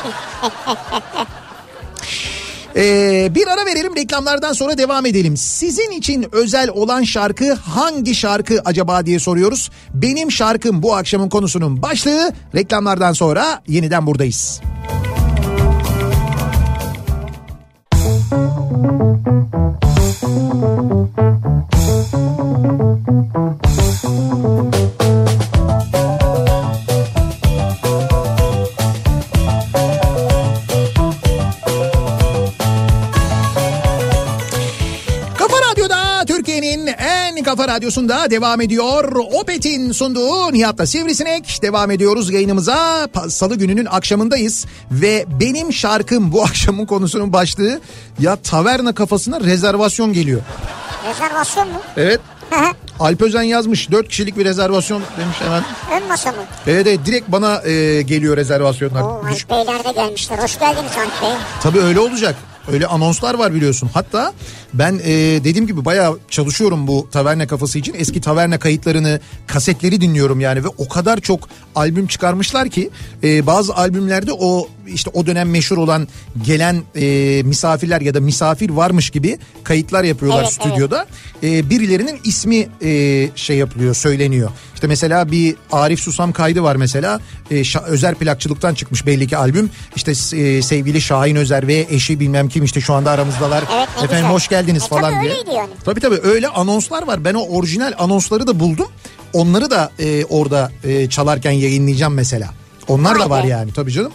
Speaker 2: Bir ara verelim, reklamlardan sonra devam edelim. Sizin için özel olan şarkı hangi şarkı acaba diye soruyoruz. Benim şarkım bu akşamın konusunun başlığı. Reklamlardan sonra yeniden buradayız. Kafa Radyosu'nda devam ediyor. Opet'in sunduğu Nihat'la Sivrisinek. Devam ediyoruz yayınımıza. Salı gününün akşamındayız. Ve benim şarkım bu akşamın konusunun başlığı. Ya taverna kafasına rezervasyon geliyor.
Speaker 3: Rezervasyon mu?
Speaker 2: Evet. Alp Özen yazmış. 4 kişilik bir rezervasyon demiş hemen.
Speaker 3: Ön masa mı?
Speaker 2: Evet, direkt bana geliyor rezervasyonlar.
Speaker 3: Oo, Alp Beyler de gelmişler. Hoş geldiniz Alp Bey.
Speaker 2: Tabii öyle olacak. Öyle anonslar var biliyorsun. Hatta ben dediğim gibi bayağı çalışıyorum bu taverna kafası için. Eski taverna kayıtlarını, kasetleri dinliyorum yani ve o kadar çok albüm çıkarmışlar ki bazı albümlerde o işte o dönem meşhur olan gelen misafirler ya da misafir varmış gibi kayıtlar yapıyorlar, evet, stüdyoda. Evet. Birilerinin ismi şey yapılıyor, söyleniyor. İşte mesela bir Arif Susam kaydı var mesela. Özer plakçılıktan çıkmış belli ki albüm. İşte sevgili Şahin Özer ve eşi bilmem kim işte şu anda aramızdalar. Evet, efendim güzel. Hoş geldiniz falan
Speaker 3: tabii
Speaker 2: diye.
Speaker 3: Yani.
Speaker 2: Tabii öyle anonslar var. Ben o orijinal anonsları da buldum. Onları da orada çalarken yayınlayacağım mesela. Onlar da var yani tabii canım.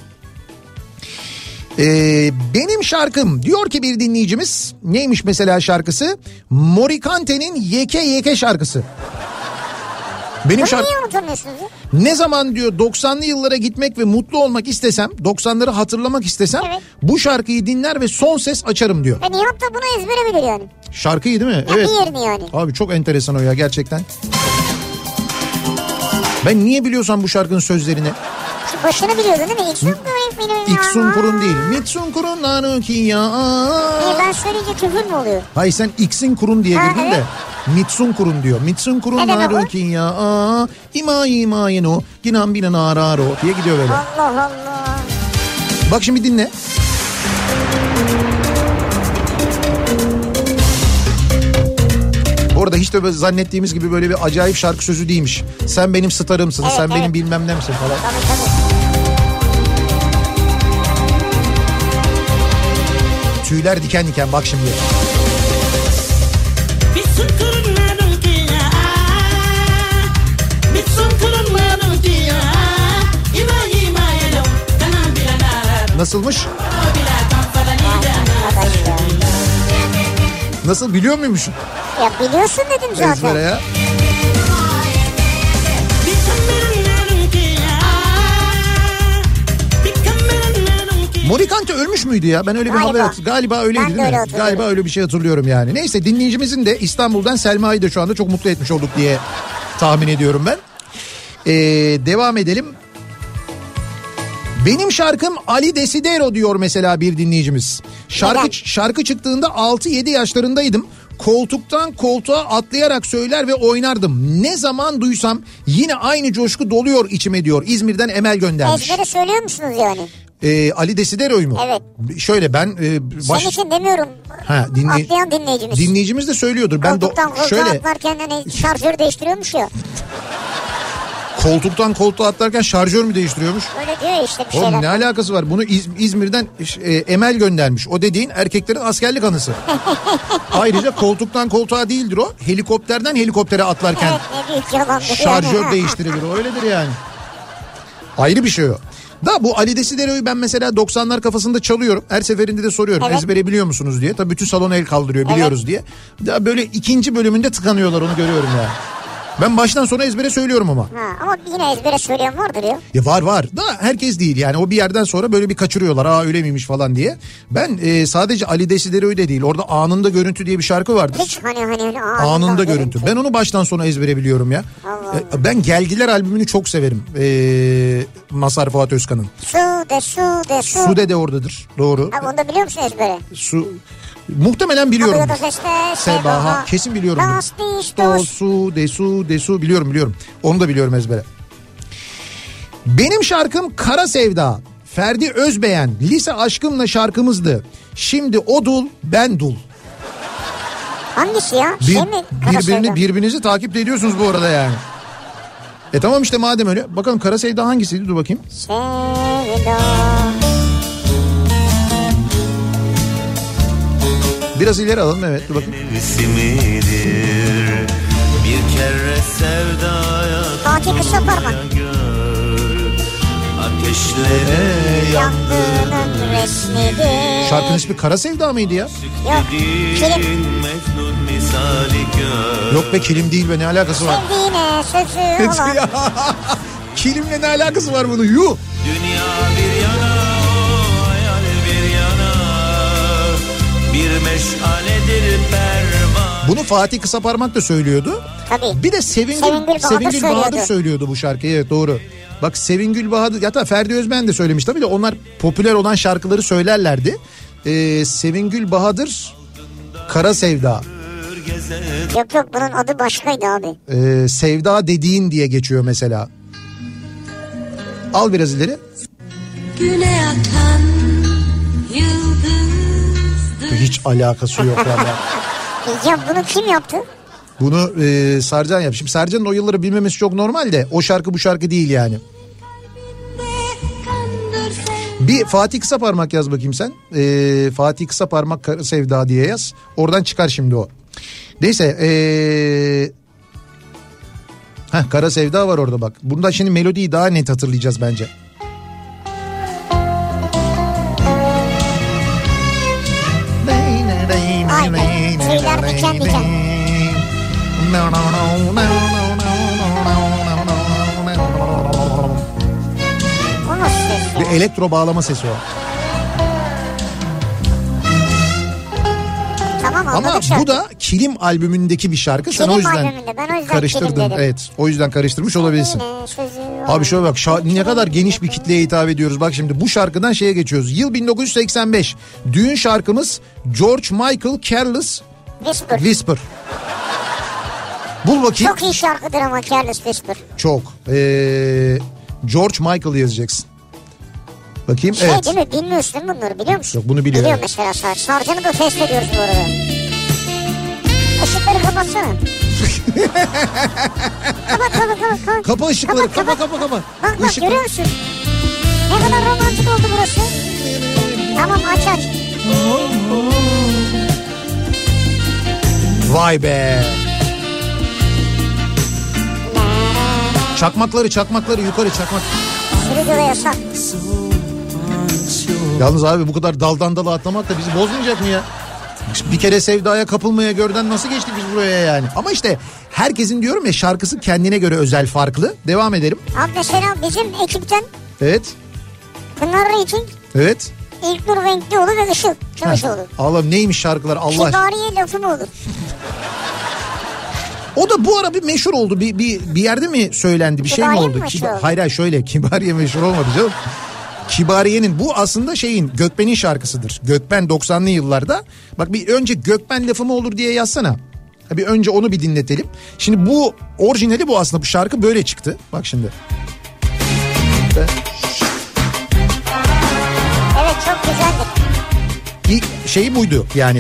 Speaker 2: Benim şarkım diyor ki bir dinleyicimiz, neymiş mesela şarkısı? Morikante'nin Yeke Yeke şarkısı. Benim
Speaker 3: Bunu niye unutamıyorsunuz?
Speaker 2: Ne zaman diyor 90'lı yıllara gitmek ve mutlu olmak istesem, 90'ları hatırlamak istesem bu şarkıyı dinler ve son ses açarım diyor.
Speaker 3: Nihat da bunu ezbere bilir yani.
Speaker 2: Şarkıyı değil mi?
Speaker 3: Ya evet. Bir yerini yani. Abi
Speaker 2: çok enteresan o ya gerçekten. Ben niye biliyorsam bu şarkının sözlerini.
Speaker 3: Şu başını biliyordun değil mi?
Speaker 2: İksun kurun değil. Mitsun kurun nanuki ya.
Speaker 3: Ben söyleyince küfür mü oluyor?
Speaker 2: Hayır sen iksin kurun diye girdin de. Mitsun kurun diyor. Mitsun kurun nanuki ya. İma yeno. Ginan binen araro diye gidiyor böyle.
Speaker 3: Allah Allah.
Speaker 2: Bak şimdi dinle. Bu arada hiç de zannettiğimiz gibi böyle bir acayip şarkı sözü değilmiş. Sen benim starımsın, sen benim bilmem nemsin falan.
Speaker 3: Tabii.
Speaker 2: Tüyler diken diken bak şimdi. Nasılmış? Nasıl biliyor muymuşsun?
Speaker 3: Ya biliyorsun dedim zaten.
Speaker 2: Ezbere ya. Morikante ölmüş müydü ya? Ben öyle bir haber galiba öyleydi değil mi? Galiba öyle bir şey hatırlıyorum yani. Neyse dinleyicimizin de İstanbul'dan Selma'yı da şu anda çok mutlu etmiş olduk diye tahmin ediyorum ben. Devam edelim. Benim şarkım Ali Desidero diyor mesela bir dinleyicimiz. Şarkı çıktığında 6-7 yaşlarındaydım. Koltuktan koltuğa atlayarak söyler ve oynardım. Ne zaman duysam yine aynı coşku doluyor içime diyor. İzmir'den Emel göndermiş.
Speaker 3: Ezbere söylüyor musunuz yani?
Speaker 2: Ali Desidero'yu mu?
Speaker 3: Evet.
Speaker 2: Şöyle ben...
Speaker 3: Senin için demiyorum. Atlayan dinleyicimiz.
Speaker 2: Dinleyicimiz de söylüyordur.
Speaker 3: Koltuktan koltuğa atlarken hani şarjörü değiştiriyormuş ya.
Speaker 2: Koltuktan koltuğa atlarken şarjör mü değiştiriyormuş?
Speaker 3: Öyle diyor işte bir şeyler.
Speaker 2: Oğlum ne alakası var? Bunu İzmir'den Emel göndermiş. O dediğin erkeklerin askerlik anısı. Ayrıca koltuktan koltuğa değildir o. Helikopterden helikoptere atlarken şarjör değiştirilir. Öyledir yani. Ayrı bir şey o. Da bu Ali Desidero'yu ben mesela 90'lar kafasında çalıyorum. Her seferinde de soruyorum ezbere biliyor musunuz diye. Tabii bütün salon el kaldırıyor biliyoruz diye. Da böyle ikinci bölümünde tıkanıyorlar onu görüyorum yani. Ben baştan sona ezbere söylüyorum ama.
Speaker 3: Ama yine ezbere söyleyen vardır ya.
Speaker 2: Ya var da herkes değil yani o bir yerden sonra böyle bir kaçırıyorlar öyle miymiş falan diye. Ben sadece Ali Desidero'yu da değil orada Anında Görüntü diye bir şarkı vardı.
Speaker 3: Hiç hani
Speaker 2: Anında Görüntü. Ben onu baştan sona ezbere biliyorum ya. Allah. Ben Geldiler albümünü çok severim. Mazhar Fuat Özkan'ın. Sude de oradadır doğru.
Speaker 3: Abi onu da biliyor musun ezbere?
Speaker 2: Muhtemelen biliyorum.
Speaker 3: Sebaha.
Speaker 2: Kesin biliyorum. Su biliyorum. Onu da biliyorum ezbere. Benim şarkım Kara Sevda. Ferdi Özbeğen. Lise aşkımla şarkımızdı. Şimdi o dul ben dul.
Speaker 3: Hangisi ya?
Speaker 2: Birbirinizi takip ediyorsunuz bu arada yani. Tamam işte madem öyle. Bakalım Kara Sevda hangisiydi dur bakayım.
Speaker 3: Sevda.
Speaker 2: Biraz ileri alalım evet dur bakayım.
Speaker 5: Bir kere sevdaya
Speaker 3: Fatih Kısaparmak.
Speaker 5: Ateşlere
Speaker 3: yandığının resmidir.
Speaker 2: Şarkının ismi Kara Sevda mıydı ya?
Speaker 3: Yok Kilim.
Speaker 2: Yok be Kilim değil be ne alakası var?
Speaker 3: Sevdiğine sözü olan.
Speaker 2: Kilimle ne alakası var bunun yuh.
Speaker 5: Dünya bir yana hayal bir yana bir meşaledir pervan.
Speaker 2: Bunu Fatih Kısaparmak da söylüyordu.
Speaker 3: Tabii.
Speaker 2: Bir de Sevingül Bahadır söylüyordu bu şarkıyı evet doğru. Bak Sevingül Bahadır hatta Ferdi Özben de söylemiş tabii de onlar popüler olan şarkıları söylerlerdi. Sevingül Bahadır Kara Sevda.
Speaker 3: Yok bunun adı başkaydı abi.
Speaker 2: Sevda dediğin diye geçiyor mesela. Al biraz ileri.
Speaker 6: Güne atan yıldızdır.
Speaker 2: Hiç alakası yok yani.
Speaker 3: Ya bunu kim yaptı?
Speaker 2: Bunu Sercan yaptı. Şimdi Sercan'ın o yılları bilmemesi çok normal de o şarkı bu şarkı değil yani. Bir Fatih Kısaparmak yaz bakayım sen. Fatih Kısaparmak Kara Sevda diye yaz. Oradan çıkar şimdi o. Neyse. Kara Sevda var orada bak. Bunda şimdi melodiyi daha net hatırlayacağız bence.
Speaker 3: Aynen. Tüyler diken diken. ses?
Speaker 2: Bir elektro bağlama sesi o.
Speaker 3: Tamam,
Speaker 2: ama bu da Kilim albümündeki bir şarkı.
Speaker 3: Kilim
Speaker 2: sen o yüzden
Speaker 3: albümünde. Ben o yüzden
Speaker 2: karıştırdın. Evet, o yüzden karıştırmış olabilirsin. Abi şöyle bak, ne kadar geniş bir kitleye hitap ediyoruz. Bak şimdi bu şarkıdan şeye geçiyoruz. Yıl 1985. Düğün şarkımız George Michael Careless Whisper. Bul bakayım.
Speaker 3: Çok iyi şarkıdır ama Careless Whisper.
Speaker 2: Çok. George Michael yazacaksın. Bakayım, evet.
Speaker 3: Değil mi? Bilmiyorsun değil mi bunları, biliyor musun?
Speaker 2: Yok, bunu biliyorum.
Speaker 3: Biliyor mesela Sarcan'ı da test ediyoruz bu arada. Işıkları kapatsana. Kapat.
Speaker 2: Kapa ışıkları, kapa.
Speaker 3: Bak görüyor musun? Ne kadar romantik oldu burası. Tamam, aç.
Speaker 2: Vay be. Çakmakları yukarı çakmak.
Speaker 3: Sürücü ve yasak.
Speaker 2: Yalnız abi bu kadar daldan dala atlamak da bizi bozmayacak mı ya? Bir kere sevdaya kapılmaya görden nasıl geçtik biz buraya yani? Ama işte herkesin diyorum ya şarkısı kendine göre özel, farklı. Devam edelim.
Speaker 3: Abi mesela bizim ekipten.
Speaker 2: Evet.
Speaker 3: Pınar Rating.
Speaker 2: Evet.
Speaker 3: İlknur Renklioğlu ve Işıl Çavuşoğlu.
Speaker 2: Allah'ım neymiş şarkılar Allah aşkına.
Speaker 3: Kibariye lafı mı olur?
Speaker 2: O da bu ara bir meşhur oldu. Bir yerde mi söylendi? Bir
Speaker 3: Kibariye
Speaker 2: şey mi oldu? Hayır şöyle, Kibariye meşhur olmadı canım. Kibariye'nin bu aslında Gökben'in şarkısıdır. Gökben 90'lı yıllarda. Bak bir önce Gökben lafı mı olur diye yazsana. Bir önce onu bir dinletelim. Şimdi bu orijinali bu aslında, bu şarkı böyle çıktı. Bak şimdi.
Speaker 3: Evet, çok güzeldir.
Speaker 2: İlk şeyi buydu yani.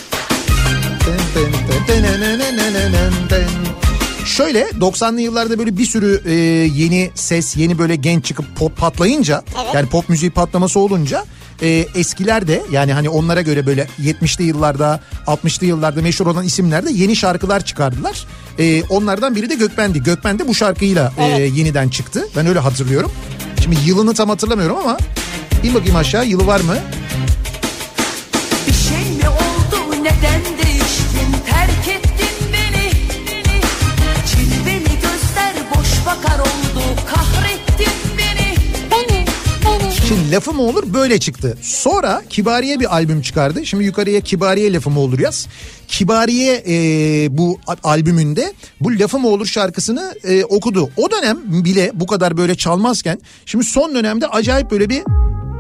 Speaker 2: Şöyle 90'lı yıllarda böyle bir sürü yeni ses, yeni böyle genç çıkıp pop patlayınca, evet. Yani pop müziği patlaması olunca eskiler de yani hani onlara göre böyle 70'li yıllarda 60'lı yıllarda meşhur olan isimler de yeni şarkılar çıkardılar. Onlardan biri de Gökben'di. Gökben de bu şarkıyla evet. Yeniden çıktı. Ben öyle hatırlıyorum. Şimdi yılını tam hatırlamıyorum ama in bakayım aşağı, yılı var mı?
Speaker 7: Bir şey mi oldu, neden değiştin, terk ettin beni? Cilveli gözler boş bakar oldu, kahrettin beni.
Speaker 2: Şimdi lafı mı olur böyle çıktı. Sonra Kibariye bir albüm çıkardı. Şimdi yukarıya Kibariye lafı mı olur yaz. Kibariye bu albümünde bu lafı mı olur şarkısını okudu. O dönem bile bu kadar böyle çalmazken şimdi son dönemde acayip böyle bir...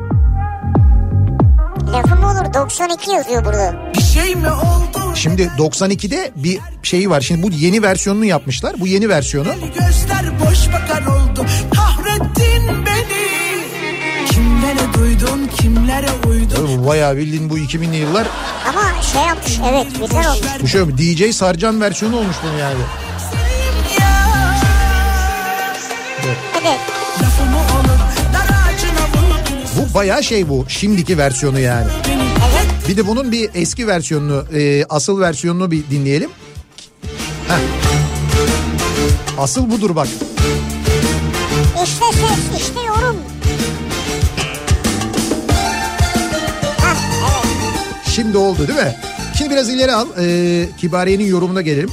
Speaker 3: Lafı mı olur 92 yazıyor burada.
Speaker 7: Bir şey mi oldu?
Speaker 2: Şimdi 92'de bir şeyi var. Şimdi bu yeni versiyonunu yapmışlar. Bu yeni versiyonu.
Speaker 7: Gözler boş bakar oldu. Kahrettin beni. Kimlere duydun, kimlere uydun.
Speaker 2: Bayağı bildiğin bu 2000'li yıllar.
Speaker 3: Ama yapmış, evet, güzel olmuş.
Speaker 2: Bu şey DJ Sarcan versiyonu olmuş bunu yani.
Speaker 3: Evet.
Speaker 2: Bu bayağı bu şimdiki versiyonu yani.
Speaker 3: Evet.
Speaker 2: Bir de bunun bir eski versiyonunu, asıl versiyonunu bir dinleyelim. Heh. Asıl budur bak.
Speaker 3: İşte ses, işte yorum.
Speaker 2: Şimdi oldu değil mi? Şimdi biraz ileri al. Kibariye'nin yorumuna gelelim.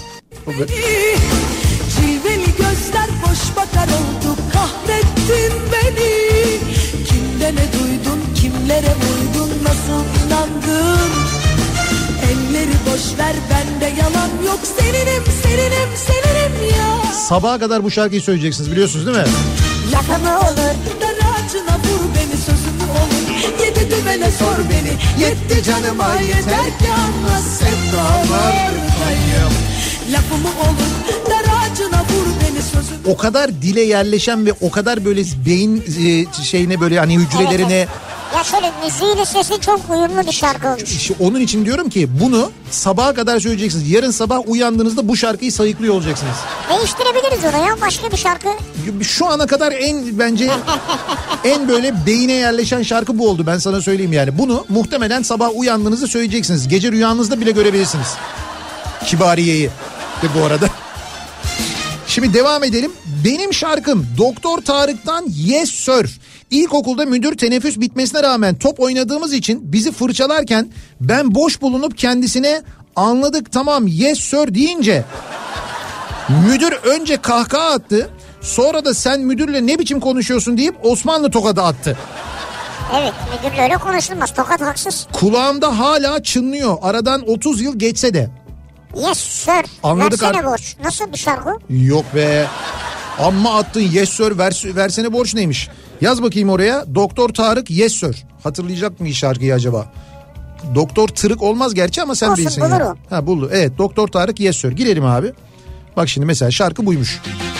Speaker 7: Cilveli gözler boş bakar oldu, kahrettin beni. Kimde ne duydun, kimlere uydun, nasıl inandın? Elleri boş ver, bende yalan yok, seninim ya.
Speaker 2: Sabaha kadar bu şarkıyı söyleyeceksiniz, biliyorsunuz değil mi?
Speaker 3: Lafımı olur.
Speaker 7: Daracına vur beni, sözümü olur. Yedi düvele sor beni, yetti canıma yeter ki anla sevdalardayım. Lafımı olur, daracına vur beni, sözümü.
Speaker 2: O kadar dile yerleşen ve o kadar böyle beyin şeyine böyle hani hücrelerine...
Speaker 3: Evet. Ya şöyle müziğiyle sesi çok uyumlu bir şarkı olmuş.
Speaker 2: İşte onun için diyorum ki bunu sabaha kadar söyleyeceksiniz. Yarın sabah uyandığınızda bu şarkıyı sayıklıyor olacaksınız.
Speaker 3: Değiştirebiliriz onu ya, başka bir şarkı.
Speaker 2: Şu ana kadar bence en böyle beyine yerleşen şarkı bu oldu, ben sana söyleyeyim yani. Bunu muhtemelen sabah uyandığınızda söyleyeceksiniz. Gece rüyanızda bile görebilirsiniz. Kibariye'yi de bu arada. Şimdi devam edelim. Benim şarkım Doktor Tarık'tan Yes Sir. İlkokulda müdür teneffüs bitmesine rağmen top oynadığımız için bizi fırçalarken ben boş bulunup kendisine anladık tamam yes sir deyince müdür önce kahkaha attı. Sonra da sen müdürle ne biçim konuşuyorsun deyip Osmanlı tokadı attı.
Speaker 3: Evet, müdürle öyle konuşulmaz. Tokat haksız.
Speaker 2: Kulağımda hala çınlıyor. Aradan 30 yıl geçse de.
Speaker 3: Yes sir.
Speaker 2: Anladık.
Speaker 3: Versene borç. Nasıl bir şarkı?
Speaker 2: Yok be. Amma attın yes sir versene borç neymiş? Yaz bakayım oraya. Doktor Tarık yes sir. Hatırlayacak mı şarkıyı acaba? Doktor Tırık olmaz gerçi ama sen bilirsin.
Speaker 3: Olsun bulurum.
Speaker 2: Ha buldu. Evet Doktor Tarık yes sir. Girelim abi. Bak şimdi mesela şarkı buymuş.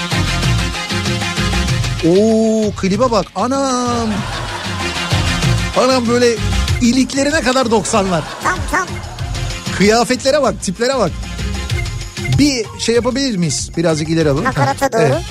Speaker 2: Oo klibe bak. Anam. Anam böyle iliklerine kadar 90'lar.
Speaker 3: Tam.
Speaker 2: Kıyafetlere bak, tiplere bak. Bir şey yapabilir miyiz? Birazcık ileri alalım.
Speaker 3: Nakarata doğru.
Speaker 2: Evet.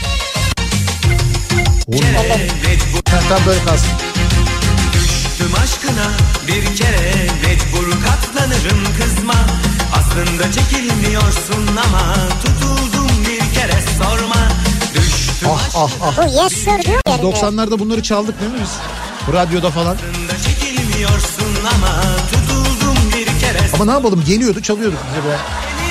Speaker 2: Tam böyle kalsın.
Speaker 5: Düştüm aşkına bir kere mecbur katlanırım kızma. Aslında çekilmiyorsun ama tutuldum bir kere sorma. Düştüm
Speaker 3: Bu yes sir diyor ya.
Speaker 2: 90'larda bunları çaldık değil mi biz? Radyoda falan.
Speaker 5: aslında çekilmiyorsun ama tutuldum bir kere.
Speaker 2: Ama ne yapalım geliyordu çalıyorduk bize be.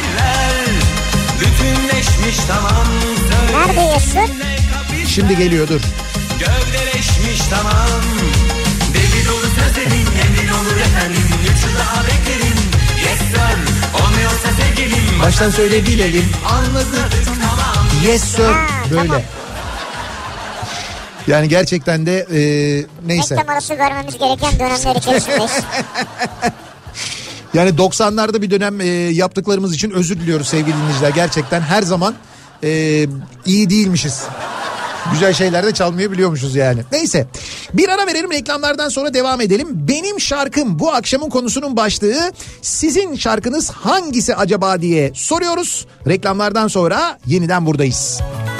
Speaker 5: Bütünleşmiş tamam.
Speaker 3: Nerede yes sir?
Speaker 2: Şimdi geliyor dur.
Speaker 5: Gövdeleşmiş tamam. Deli dolu sözlerin emin olur efendim. Üçü daha beklerim. Yes sir. Olmuyorsa sevgilim.
Speaker 2: Baştan söyle bilelim.
Speaker 5: Anladık tamam.
Speaker 2: Yes sir. Böyle. Yani gerçekten de neyse.
Speaker 3: Reklam arası görmemiz gereken dönemler içerisindeyiz.
Speaker 2: Yani 90'larda bir dönem yaptıklarımız için özür diliyoruz sevgili dinleyiciler. Gerçekten her zaman iyi değilmişiz. Güzel şeyler de çalmayı biliyormuşuz yani. Neyse bir ara verelim, reklamlardan sonra devam edelim. Benim şarkım bu akşamın konusunun başlığı. Sizin şarkınız hangisi acaba diye soruyoruz. Reklamlardan sonra yeniden buradayız.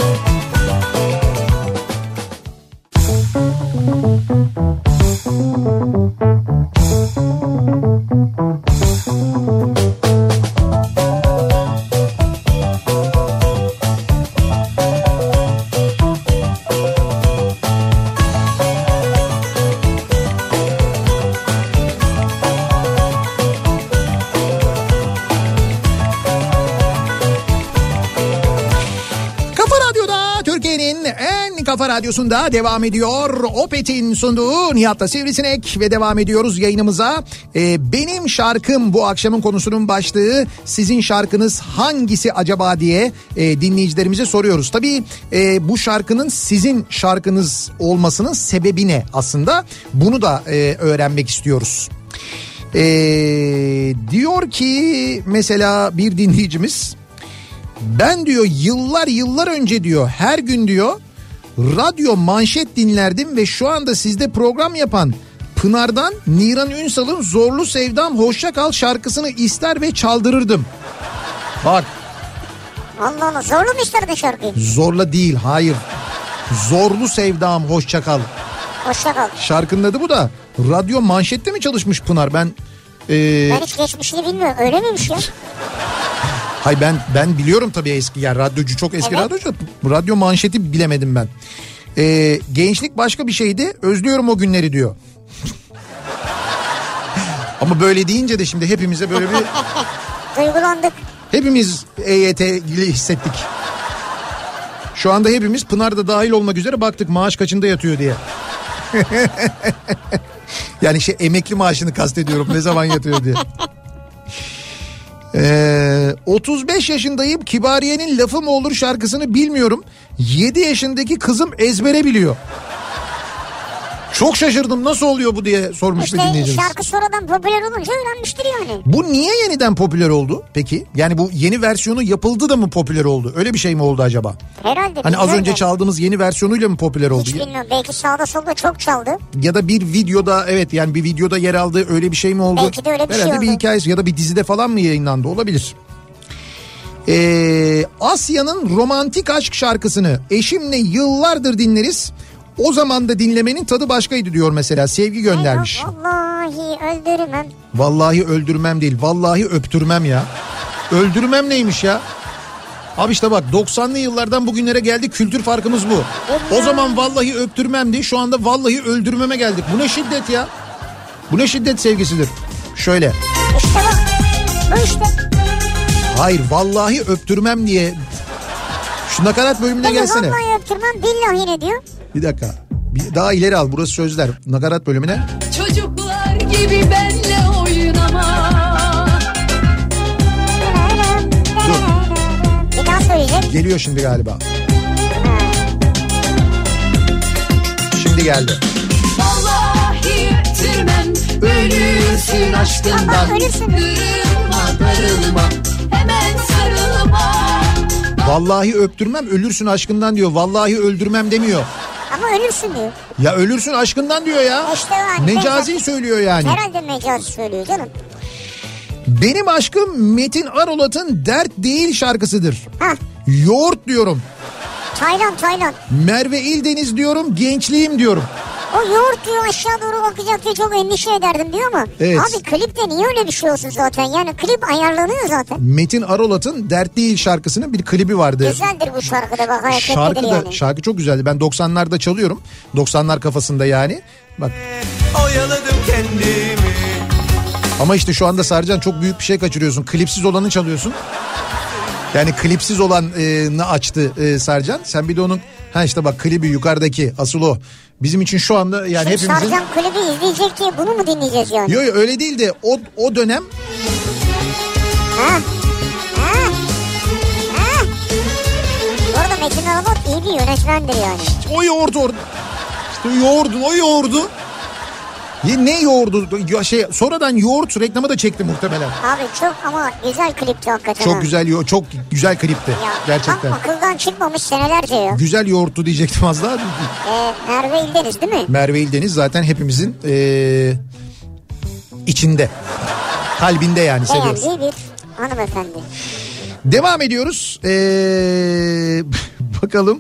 Speaker 2: Kafa Radyosu'nda devam ediyor. Opet'in sunduğu Nihat'la Sivrisinek ve devam ediyoruz yayınımıza. Benim şarkım bu akşamın konusunun başlığı. Sizin şarkınız hangisi acaba diye dinleyicilerimize soruyoruz. Tabii bu şarkının sizin şarkınız olmasının sebebi ne aslında? Bunu da öğrenmek istiyoruz. Diyor ki mesela bir dinleyicimiz, ben diyor yıllar önce diyor her gün diyor radyo manşet dinlerdim ve şu anda sizde program yapan Pınar'dan Niran Ünsal'ın Zorlu Sevdam Hoşça Kal şarkısını ister ve çaldırırdım. Bak.
Speaker 3: Allah Allah, zorlu mu isterdin şarkıyı?
Speaker 2: Zorla değil, hayır. Zorlu Sevdam Hoşça Kal.
Speaker 3: Hoşça Kal.
Speaker 2: Şarkının adı bu da. Radyo manşette mi çalışmış Pınar? Ben
Speaker 3: hiç geçmişini bilmiyorum. Öyle miymiş ya?
Speaker 2: Hayır ben biliyorum tabii eski, yani radyocu, çok eski, evet. Radyocu. Radyo manşeti bilemedim ben. Gençlik başka bir şeydi. Özlüyorum o günleri diyor. Ama böyle deyince de şimdi hepimize böyle bir...
Speaker 3: Duygulandık.
Speaker 2: Hepimiz EYT'li hissettik. Şu anda hepimiz, Pınar da dahil olmak üzere, baktık maaş kaçında yatıyor diye. Yani emekli maaşını kastediyorum, ne zaman yatıyor diye. 35 yaşındayım, Kibariye'nin Lafı Mı Olur şarkısını bilmiyorum. 7 yaşındaki kızım ezbere biliyor. Çok şaşırdım, nasıl oluyor bu diye sormuştu dinleyicimiz.
Speaker 3: İşte şarkı sonradan popüler olunca öğrenmiştir yani.
Speaker 2: Bu niye yeniden popüler oldu peki? Yani bu yeni versiyonu yapıldı da mı popüler oldu? Öyle bir şey mi oldu acaba?
Speaker 3: Herhalde.
Speaker 2: Hani az önce çaldığımız yeni versiyonuyla mı popüler oldu?
Speaker 3: Hiç bilmiyorum, belki sağda solda çok çaldı. Ya
Speaker 2: da bir videoda, evet yani bir videoda yer aldı, öyle bir şey mi oldu?
Speaker 3: Belki de öyle bir
Speaker 2: herhalde
Speaker 3: şey oldu.
Speaker 2: Bir hikayesi ya da bir dizide falan mı yayınlandı, olabilir. Asya'nın Romantik Aşk şarkısını eşimle yıllardır dinleriz. O zaman da dinlemenin tadı başkaydı diyor mesela, Sevgi göndermiş.
Speaker 3: Vallahi öldürmem.
Speaker 2: Vallahi öldürmem değil, vallahi öptürmem ya. Öldürmem neymiş ya? Abi işte bak, 90'lı yıllardan bugünlere geldik, kültür farkımız bu. O zaman vallahi öptürmemdi, şu anda vallahi öldürmeme geldik. Bu ne şiddet ya? Bu ne şiddet sevgisidir? Şöyle.
Speaker 3: İşte bak, bu işte.
Speaker 2: Hayır, vallahi öptürmem diye. Şu nakarat bölümüne gelsene.
Speaker 3: Vallahi öptürmem billahi ne diyor?
Speaker 2: Bir dakika. Bir daha ileri al, burası sözler. Nakarat bölümüne.
Speaker 6: Çocuklar gibi benle oynama.
Speaker 3: Bir daha söyleyecek.
Speaker 2: Geliyor şimdi galiba. Şimdi geldi.
Speaker 6: Vallahi öptürmem, ölürsün aşkından. Kırılma, darılma, hemen sarılma.
Speaker 2: Vallahi öptürmem, ölürsün aşkından diyor. Vallahi öldürmem demiyor.
Speaker 3: Ama ölürsün diyor.
Speaker 2: Ya ölürsün aşkından diyor ya.
Speaker 3: İşte yani
Speaker 2: Mecazi söylüyor yani.
Speaker 3: Herhalde mecazi söylüyor canım.
Speaker 2: Benim aşkım Metin Arolat'ın Dert Değil şarkısıdır.
Speaker 3: Ha.
Speaker 2: Yoğurt diyorum.
Speaker 3: Taylan.
Speaker 2: Merve İldeniz diyorum, gençliğim diyorum.
Speaker 3: O yoğurt diyor, aşağı doğru bakacak diye çok endişe ederdim diyor mu?
Speaker 2: Evet.
Speaker 3: Abi klipte niye öyle bir şey olsun zaten? Yani klip ayarlanıyor zaten.
Speaker 2: Metin Arolat'ın Dert Değil şarkısının bir klibi vardı.
Speaker 3: Güzeldir bu şarkıda bak, hareketlidir yani.
Speaker 2: Şarkı çok güzeldi. Ben 90'larda çalıyorum. 90'lar kafasında yani. Bak.
Speaker 5: Oyaladım kendimi.
Speaker 2: Ama işte şu anda Sercan çok büyük bir şey kaçırıyorsun. Klipsiz olanı çalıyorsun. Yani klipsiz olanı açtı Sercan. Sen bir de onun işte bak klibi yukarıdaki asıl o. Bizim için şu anda yani
Speaker 3: şimdi
Speaker 2: hepimizin...
Speaker 3: Sercan klibi izleyecek diye bunu mu dinleyeceğiz yani?
Speaker 2: Yok öyle değil de o dönem...
Speaker 3: Bu arada Metin Arolat iyi bir yönetmendir yani.
Speaker 2: İşte o yoğurdu orada. İşte o yoğurdu. Ne yoğurdu? Sonradan yoğurt reklamı da çekti muhtemelen.
Speaker 3: Abi çok ama güzel klipti hakikaten.
Speaker 2: Çok güzel klipti.
Speaker 3: Ya,
Speaker 2: gerçekten.
Speaker 3: Akıldan çıkmamış senelerce ya.
Speaker 2: Güzel yoğurttu diyecektim az daha.
Speaker 3: Merve İldeniz değil mi?
Speaker 2: Merve İldeniz zaten hepimizin içinde. Kalbinde yani seviyoruz.
Speaker 3: Beğendiği bir hanımefendi.
Speaker 2: Devam ediyoruz. Bakalım.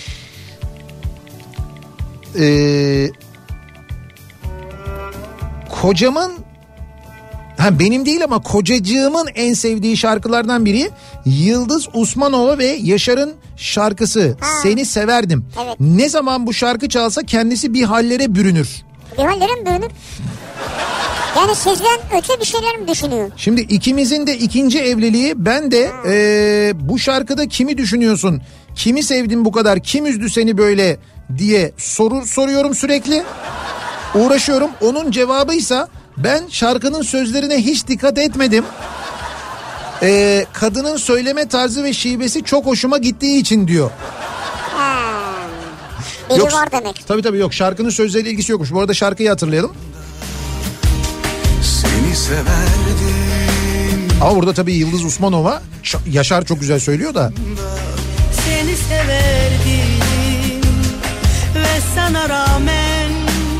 Speaker 2: Kocamın benim değil ama kocacığımın en sevdiği şarkılardan biri Yıldız Usmanova ve Yaşar'ın şarkısı Seni Severdim.
Speaker 3: Evet.
Speaker 2: Ne zaman bu şarkı çalsa kendisi bir hallere bürünür.
Speaker 3: Bir hallere mi bürünür? Yani sizden öte bir şeyler mi düşünüyor?
Speaker 2: Şimdi ikimizin de ikinci evliliği. Ben de bu şarkıda kimi düşünüyorsun? Kimi sevdin bu kadar? Kim üzdü seni böyle diye soruyorum sürekli. Uğraşıyorum. Onun cevabıysa ben şarkının sözlerine hiç dikkat etmedim. Kadının söyleme tarzı ve şivesi çok hoşuma gittiği için diyor.
Speaker 3: Biri var demek.
Speaker 2: Tabii yok, şarkının sözleriyle ilgisi yokmuş. Bu arada şarkıyı hatırlayalım.
Speaker 5: Seni severdim.
Speaker 2: Ama burada tabii Yıldız Usmanova, Yaşar çok güzel söylüyor da.
Speaker 7: Seni severdim ve sana rağmen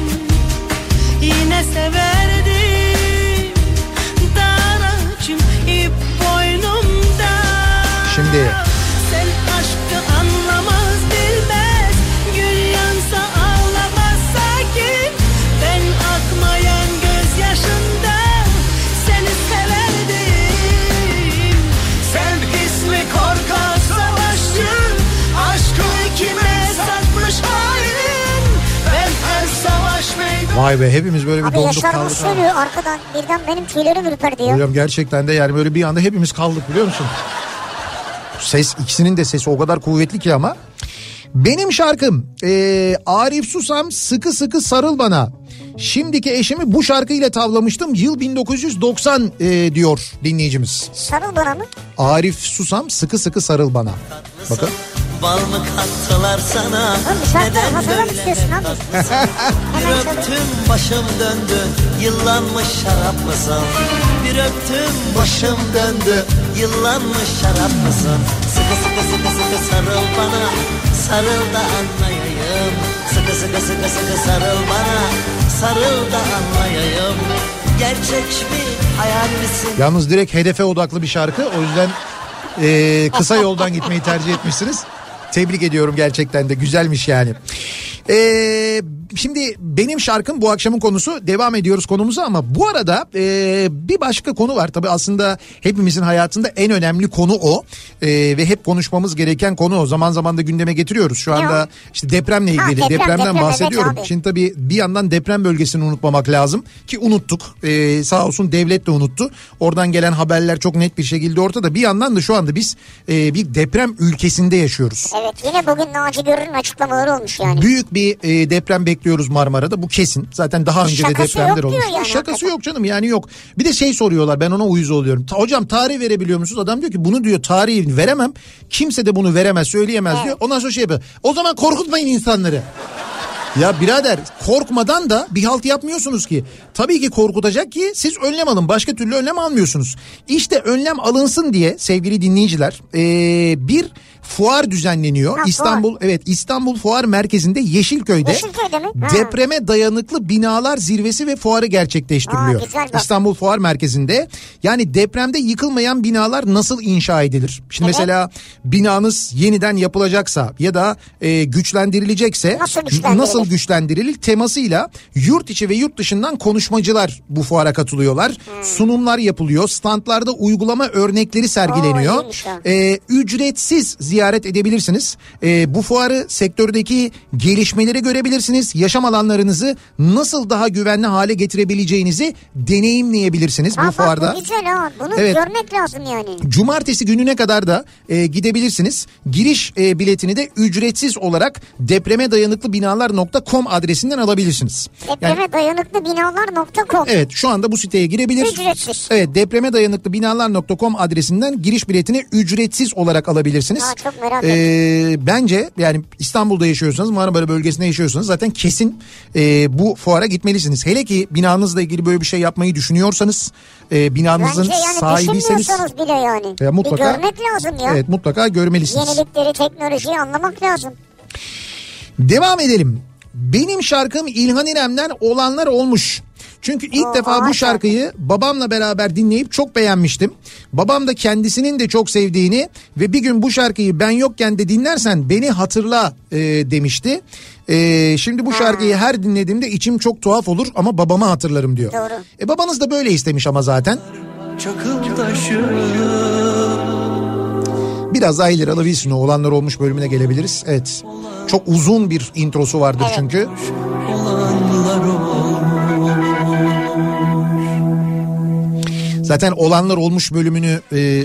Speaker 7: yine severdim. Daracım ip boynumda.
Speaker 2: Şimdi.
Speaker 7: Sen aşkı anlamaz bilmez. Gül yansa ağlamaz sakin. Ben akmayan gözyaşında seni severdim. Sen ismi korkak savaşçı. Aşkı kime satmış hain. Ben her savaş meydanı.
Speaker 2: Vay be, hepimiz böyle bir
Speaker 3: abi
Speaker 2: donduk
Speaker 3: Yaşar
Speaker 2: kaldık.
Speaker 3: söylüyor arkadan, birden benim tüylerim ürper diyor.
Speaker 2: Hocam gerçekten de yani böyle bir anda hepimiz kaldık, biliyor musun? İkisinin de sesi o kadar kuvvetli ki ama. Benim şarkım Arif Susam Sıkı Sıkı Sarıl Bana. Şimdiki eşimi bu şarkıyla tavlamıştım. Yıl 1990 diyor dinleyicimiz.
Speaker 3: Sarıl Bana mı?
Speaker 2: Arif Susam Sıkı Sıkı Sarıl Bana. Bakın.
Speaker 8: Bal mı kattılar sana?
Speaker 3: Neden böyle tatlısın?
Speaker 8: Bir öptüm başım döndü. Yıllanmış şarap mısın? Bir öptüm başım döndü. Yıllanmış şarap mısın? Sıkı sıkı sıkı sıkı sarıl bana. Sarıl da anlayayım. Sıkı sıkı sıkı sıkı sarıl bana. Sarıl da anlayayım. Gerçek mi hayal misin?
Speaker 2: Yalnız direkt hedefe odaklı bir şarkı. O yüzden kısa yoldan gitmeyi tercih etmişsiniz. Tebrik ediyorum, gerçekten de güzelmiş yani. Şimdi benim şarkım bu akşamın konusu, devam ediyoruz konumuza ama bu arada bir başka konu var. Tabii aslında hepimizin hayatında en önemli konu o ve hep konuşmamız gereken konu o. Zaman zaman da gündeme getiriyoruz. Şu anda işte depremle ilgili, depremden bahsediyorum. Evet, şimdi tabii bir yandan deprem bölgesini unutmamak lazım ki unuttuk. Sağ olsun devlet de unuttu. Oradan gelen haberler çok net bir şekilde ortada. Bir yandan da şu anda biz bir deprem ülkesinde yaşıyoruz.
Speaker 3: Evet, yine bugün Naci Görür'ün açıklamaları olmuş yani.
Speaker 2: Büyük bir deprem bekliyoruz Marmara'da, bu kesin. Zaten daha önce de depremler olmuş.
Speaker 3: Yani,
Speaker 2: şakası yok canım, yani yok. Bir de şey soruyorlar, ben ona uyuz oluyorum. Hocam tarih verebiliyor musunuz? Adam diyor ki bunu diyor tarihi veremem. Kimse de bunu veremez, söyleyemez diyor. Ondan sonra şey yapıyor. O zaman korkutmayın insanları. Ya birader, korkmadan da bir halt yapmıyorsunuz ki. Tabii ki korkutacak ki siz önlem alın. Başka türlü önlem almıyorsunuz. İşte önlem alınsın diye sevgili dinleyiciler bir fuar düzenleniyor. İstanbul, evet, İstanbul Fuar Merkezi'nde Yeşilköy'de depreme dayanıklı binalar zirvesi ve fuarı gerçekleştiriliyor. İstanbul Fuar Merkezi'nde. Yani depremde yıkılmayan binalar nasıl inşa edilir? Şimdi mesela binanız yeniden yapılacaksa ya da güçlendirilecekse nasıl güçlendirilir temasıyla yurt içi ve yurt dışından konuşmacılar bu fuara katılıyorlar. Sunumlar yapılıyor. Standlarda uygulama örnekleri sergileniyor. Ücretsiz ziyaret edebilirsiniz. Bu fuarı, sektördeki gelişmeleri görebilirsiniz. Yaşam alanlarınızı nasıl daha güvenli hale getirebileceğinizi deneyimleyebilirsiniz bu fuarda.
Speaker 3: Bu güzel ha. Bunu görmek lazım yani.
Speaker 2: Cumartesi gününe kadar da gidebilirsiniz. Giriş biletini de ücretsiz olarak depremedayanıklıbinalar.com adresinden alabilirsiniz.
Speaker 3: Depremedayanıklıbinalar.com.
Speaker 2: Evet, şu anda bu siteye girebilir.
Speaker 3: Ücretsiz.
Speaker 2: Evet, depremedayanıklıbinalar.com adresinden giriş biletini ücretsiz olarak alabilirsiniz.
Speaker 3: Çok merak ettim.
Speaker 2: Bence yani İstanbul'da yaşıyorsanız, Marmara bölgesinde yaşıyorsanız zaten kesin bu fuara gitmelisiniz. Hele ki binanızla ilgili böyle bir şey yapmayı düşünüyorsanız, binanızın
Speaker 3: bence yani
Speaker 2: sahibiyseniz.
Speaker 3: düşünmüyorsanız bile yani.
Speaker 2: Mutlaka,
Speaker 3: bir görmek lazım ya.
Speaker 2: Evet, mutlaka görmelisiniz.
Speaker 3: Yenilikleri, teknolojiyi anlamak lazım.
Speaker 2: Devam edelim. Benim şarkım İlhan İrem'den Olanlar Olmuş. Çünkü ilk defa bu şarkıyı babamla beraber dinleyip çok beğenmiştim. Babam da kendisinin de çok sevdiğini ve bir gün bu şarkıyı ben yokken de dinlersen beni hatırla demişti. Şimdi bu şarkıyı her dinlediğimde içim çok tuhaf olur ama babamı hatırlarım diyor.
Speaker 3: Doğru.
Speaker 2: Babanız da böyle istemiş ama zaten. Biraz daha ileri alabilirsin, o Olanlar Olmuş bölümüne gelebiliriz. Evet. Çok uzun bir introsu vardır çünkü. Zaten Olanlar Olmuş bölümünü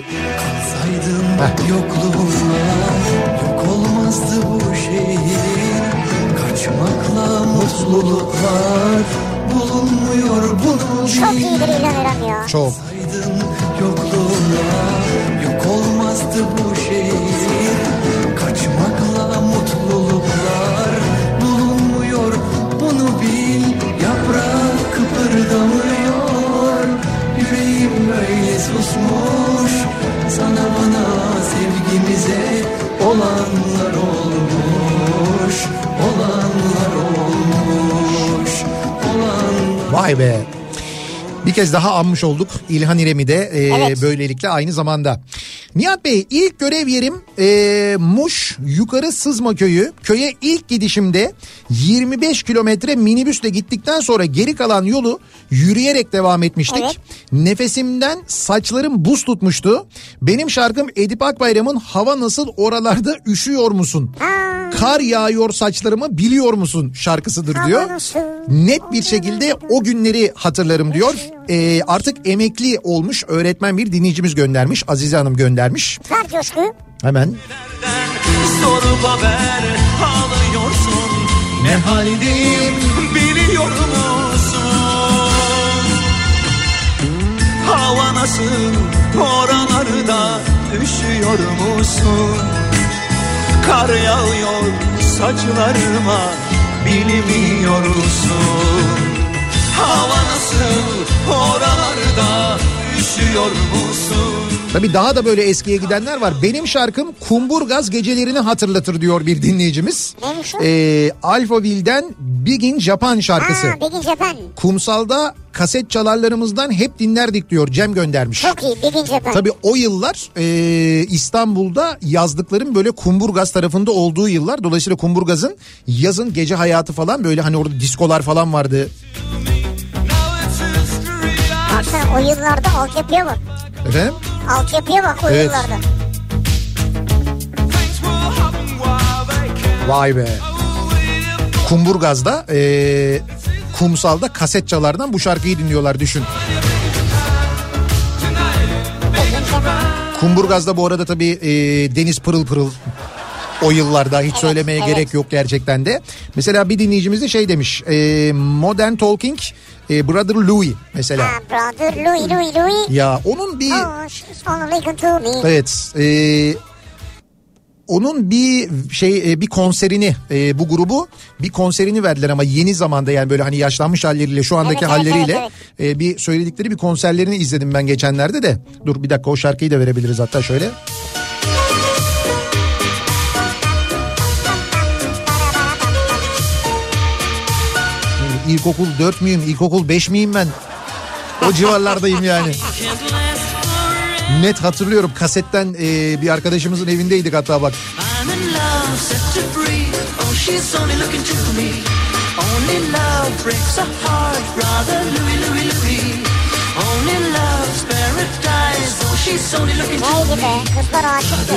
Speaker 9: yokluğuna yok olmazdı bu şehir. Kaçmakla mutluluklar bulunmuyor bunun.
Speaker 3: Çok iyidir İlhan İrem ya.
Speaker 2: Çok.
Speaker 9: Yokluğuna yok olmazdı bu şehir. Kaçmakla mutluluklar bulunmuyor, bunu bil. Yaprak kıpırdamıyor, yüreğim böyle susmuş. Sana bana sevgimize olanlar olmuş, olanlar olmuş, olanlar.
Speaker 2: Vay be. Bir kez daha anmış olduk İlhan İrem'i de böylelikle aynı zamanda. Nihat Bey, ilk görev yerim Muş Yukarı Sızma Köyü. Köye ilk gidişimde 25 kilometre minibüsle gittikten sonra geri kalan yolu yürüyerek devam etmiştik. Evet. Nefesimden saçlarım buz tutmuştu. Benim şarkım Edip Akbayram'ın Hava Nasıl Oralarda Üşüyor Musun? Kar yağıyor saçlarıma biliyor musun şarkısıdır diyor. Net bir şekilde o günleri hatırlarım diyor. Artık emekli olmuş öğretmen bir dinleyicimiz göndermiş. Azize Hanım göndermiş.
Speaker 3: Ver coşku.
Speaker 2: Hemen.
Speaker 5: Sorup haber ağlıyorsun. Ne haldeyim biliyor musun? Hava nasıl oralarda üşüyor musun? Kar yağıyor saçlarıma bilmiyorsun. Hava nasıl oralarda üşüyor musun?
Speaker 2: Tabii daha da böyle eskiye gidenler var. Benim şarkım Kumburgaz gecelerini hatırlatır diyor bir dinleyicimiz.
Speaker 3: Neymiş o?
Speaker 2: Alphaville'den Big in Japan şarkısı.
Speaker 3: Big in Japan.
Speaker 2: Kumsalda kaset çalarlarımızdan hep dinlerdik diyor, Cem göndermiş.
Speaker 3: Çok iyi, Big in Japan.
Speaker 2: Tabii o yıllar İstanbul'da yazlıkların böyle Kumburgaz tarafında olduğu yıllar. Dolayısıyla Kumburgaz'ın yazın gece hayatı falan böyle hani orada diskolar falan vardı.
Speaker 3: Baksana o yıllarda altyapıya bak.
Speaker 2: Efendim?
Speaker 3: Altyapıya bak o yıllarda.
Speaker 2: Vay be. Kumburgaz'da kumsalda kaset çalardan bu şarkıyı dinliyorlar, düşün. Kumburgaz'da bu arada tabii deniz pırıl pırıl. O yıllarda hiç söylemeye gerek yok gerçekten de. Mesela bir dinleyicimiz de şey demiş. Modern Talking Brother Louis mesela.
Speaker 3: Brother Louis.
Speaker 2: Ya onun bir... Evet. Onun bir konserini bu grubu bir konserini verdiler ama yeni zamanda, yani böyle hani yaşlanmış halleriyle şu andaki halleriyle bir söyledikleri bir konserlerini izledim ben geçenlerde de. Dur bir dakika, o şarkıyı da verebiliriz hatta şöyle. İlkokul 4 müyüm, ilkokul 5 miyim ben? O civarlardayım yani. Net hatırlıyorum, kasetten bir arkadaşımızın evindeydik hatta bak.
Speaker 3: Neydi be, kızlar aşıktı.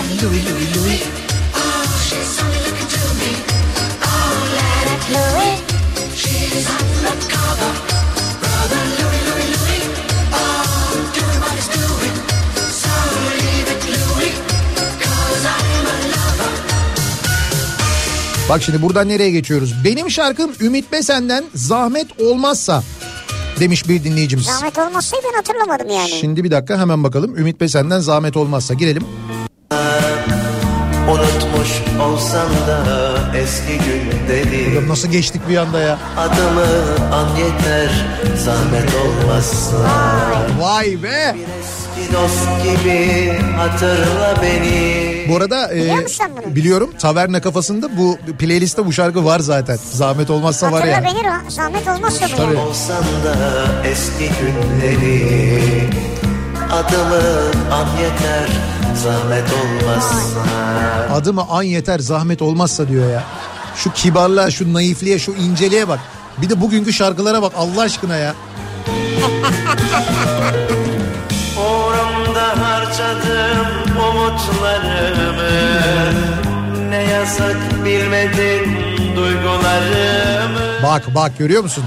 Speaker 3: Louis.
Speaker 2: Bak şimdi buradan nereye geçiyoruz? Benim şarkım Ümit Besen'den Zahmet Olmazsa demiş bir dinleyicimiz.
Speaker 3: Zahmet Olmazsa'yı ben hatırlamadım yani.
Speaker 2: Şimdi bir dakika hemen bakalım. Ümit Besen'den Zahmet Olmazsa girelim.
Speaker 8: Unutmuş olsam da eski günleri.
Speaker 2: Nasıl geçtik bir anda ya.
Speaker 8: Adımı an yeter, zahmet olmazsa.
Speaker 2: Vay be.
Speaker 8: Bir eski dost gibi hatırla beni.
Speaker 2: Bu arada biliyorum, Taverna Kafası'nda bu playlistte bu şarkı var zaten. Zahmet Olmazsa var ya.
Speaker 3: Hatırla beni, zahmet olmazsa mı?
Speaker 2: Tabii.
Speaker 8: Olsam da eski günleri. Adımı an yeter, zahmet olmazsa.
Speaker 2: Adımı an yeter, zahmet olmazsa diyor ya. Şu kibarlığa, şu naifliğe, şu inceliğe bak. Bir de bugünkü şarkılara bak Allah aşkına ya.
Speaker 8: Uğrumda harcadım umutlarımı. Ne yazık bilmedin duygularımı.
Speaker 2: Bak görüyor musun?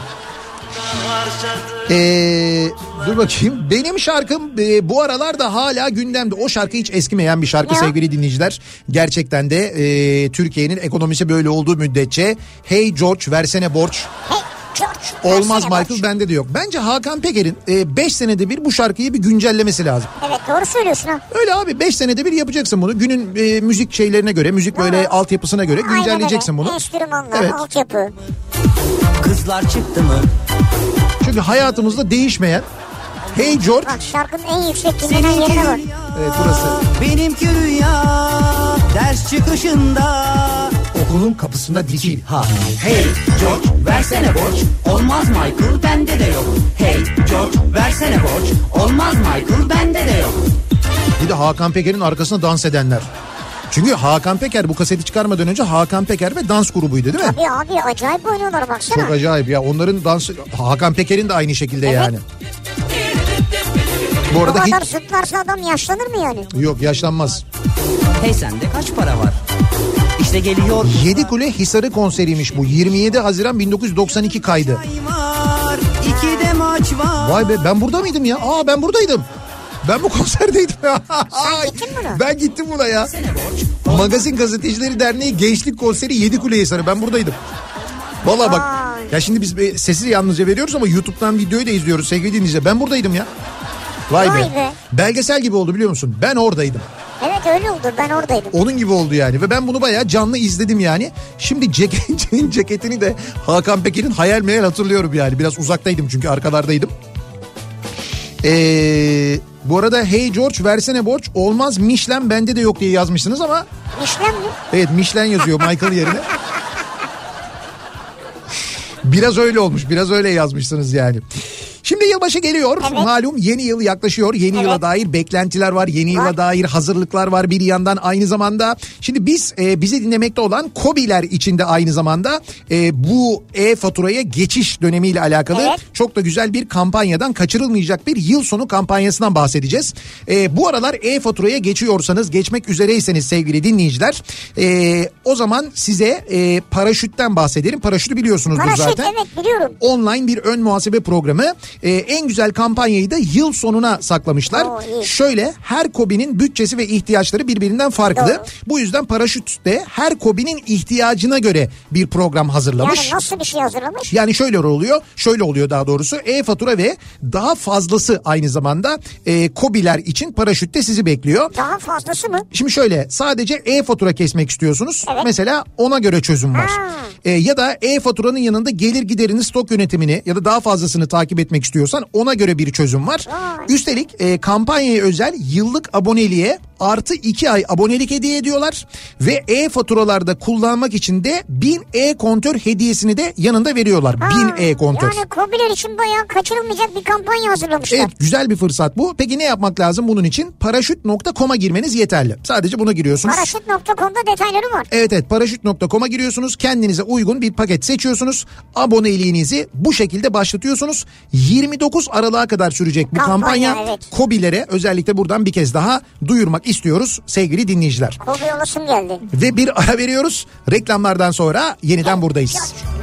Speaker 2: Dur bakayım. Benim şarkım bu aralarda hala gündemde. O şarkı hiç eskimeyen bir şarkı sevgili dinleyiciler. Gerçekten de Türkiye'nin ekonomisi böyle olduğu müddetçe Hey George versene borç. Olmaz Michael, bende de yok. Bence Hakan Peker'in 5 senede bir bu şarkıyı bir güncellemesi lazım.
Speaker 3: Evet, doğru söylüyorsun ha.
Speaker 2: Öyle abi, 5 senede bir yapacaksın bunu. Günün müzik şeylerine göre, müzik böyle altyapısına göre güncelleyeceksin bunu.
Speaker 3: Enstrümanlar, altyapı.
Speaker 10: Kızlar çıktı mı?
Speaker 2: Çünkü hayatımızda değişmeyen Hey George.
Speaker 3: Bak şarkının en yüksek dinlenen yerine bak.
Speaker 2: Evet, burası.
Speaker 10: Benimki rüya ders çıkışında.
Speaker 2: Okulun kapısında dikil.
Speaker 10: Hey George versene borç. Olmaz Michael, bende de yok. Hey George versene borç. Olmaz Michael, bende de yok.
Speaker 2: Bir de Hakan Peker'in arkasında dans edenler. Çünkü Hakan Peker bu kaseti çıkarmadan önce Hakan Peker ve dans grubuydu değil mi?
Speaker 3: Tabii abi, acayip oynuyorlar baksana.
Speaker 2: Çok acayip ya, onların dansı, Hakan Peker'in de aynı şekilde yani.
Speaker 3: Bu arada kadar zıplarsa adam yaşlanır mı yani?
Speaker 2: Yok, yaşlanmaz.
Speaker 10: Hey sende kaç para var? İşte geliyor.
Speaker 2: Yedikule Hisarı konseriymiş bu. 27 Haziran 1992 kaydı.
Speaker 10: İkide maç var.
Speaker 2: Vay be, ben burada mıydım ya? Ben buradaydım. Ben bu konserdeydim ya.
Speaker 3: Sen gittin buna?
Speaker 2: Ben gittim buna ya. Magazin Gazetecileri Derneği Gençlik Konseri Yedikule Hisarı. Ben buradaydım. Vallahi bak. Ya şimdi biz sesi yalnızca veriyoruz ama YouTube'dan videoyu da izliyoruz sevgili dinleyiciler. Ben buradaydım ya. Vay be. Belgesel gibi oldu biliyor musun? Ben oradaydım.
Speaker 3: Evet öyle oldu, ben oradaydım.
Speaker 2: Onun gibi oldu yani ve ben bunu bayağı canlı izledim yani. Şimdi ceketini de Hakan Peker'in hayal meyal hatırlıyorum yani. Biraz uzaktaydım çünkü arkalardaydım. Bu arada hey George versene borç olmaz Michelin bende de yok diye yazmışsınız ama.
Speaker 3: Michelin mi?
Speaker 2: Evet Michelin yazıyor Michael yerine. Biraz öyle olmuş, biraz öyle yazmışsınız yani. Şimdi yılbaşı geliyor. Evet. Malum yeni yıl yaklaşıyor. Yeni yıla dair beklentiler var. Yeni yıla dair hazırlıklar var bir yandan aynı zamanda. Şimdi biz bizi dinlemekte olan KOBİ'ler içinde aynı zamanda bu e-faturaya geçiş dönemiyle alakalı çok da güzel bir kampanyadan, kaçırılmayacak bir yıl sonu kampanyasından bahsedeceğiz. Bu aralar e-faturaya geçiyorsanız, geçmek üzereyseniz sevgili dinleyiciler, o zaman size paraşütten bahsedelim. Paraşütü biliyorsunuzdur zaten.
Speaker 3: Paraşüt, evet biliyorum.
Speaker 2: Online bir ön muhasebe programı. En güzel kampanyayı da yıl sonuna saklamışlar. Şöyle, her KOBİ'nin bütçesi ve ihtiyaçları birbirinden farklı. Doğru. Bu yüzden Paraşüt de her KOBİ'nin ihtiyacına göre bir program hazırlamış.
Speaker 3: Yani nasıl bir şey hazırlamış?
Speaker 2: Yani şöyle oluyor daha doğrusu. E-fatura ve daha fazlası aynı zamanda KOBİ'ler için Paraşüt'te sizi bekliyor.
Speaker 3: Daha fazlası mı?
Speaker 2: Şimdi şöyle, sadece e-fatura kesmek istiyorsunuz. Evet. Mesela ona göre çözüm var. Ya da e-faturanın yanında gelir giderini, stok yönetimini ya da daha fazlasını takip etmek istiyorsan ona göre bir çözüm var. Üstelik kampanyaya özel yıllık aboneliğe artı 2 ay abonelik hediye ediyorlar. Ve e-faturalarda kullanmak için de 1000 e-kontör hediyesini de yanında veriyorlar. 1000 e-kontör.
Speaker 3: Yani KOBİ'ler için bayağı kaçırılmayacak bir kampanya hazırlamışlar.
Speaker 2: Evet, güzel bir fırsat bu. Peki ne yapmak lazım bunun için? Paraşüt.com'a girmeniz yeterli. Sadece buna giriyorsunuz.
Speaker 3: Paraşüt.com'da detayları var.
Speaker 2: Evet, paraşüt.com'a giriyorsunuz. Kendinize uygun bir paket seçiyorsunuz. Aboneliğinizi bu şekilde başlatıyorsunuz. 29 Aralık'a kadar sürecek bu kampanya. Evet. KOBİ'lere özellikle buradan bir kez daha duyurmak istiyoruz sevgili dinleyiciler.
Speaker 3: KOBİ olasım geldi.
Speaker 2: Ve bir ara veriyoruz. Reklamlardan sonra yeniden buradayız.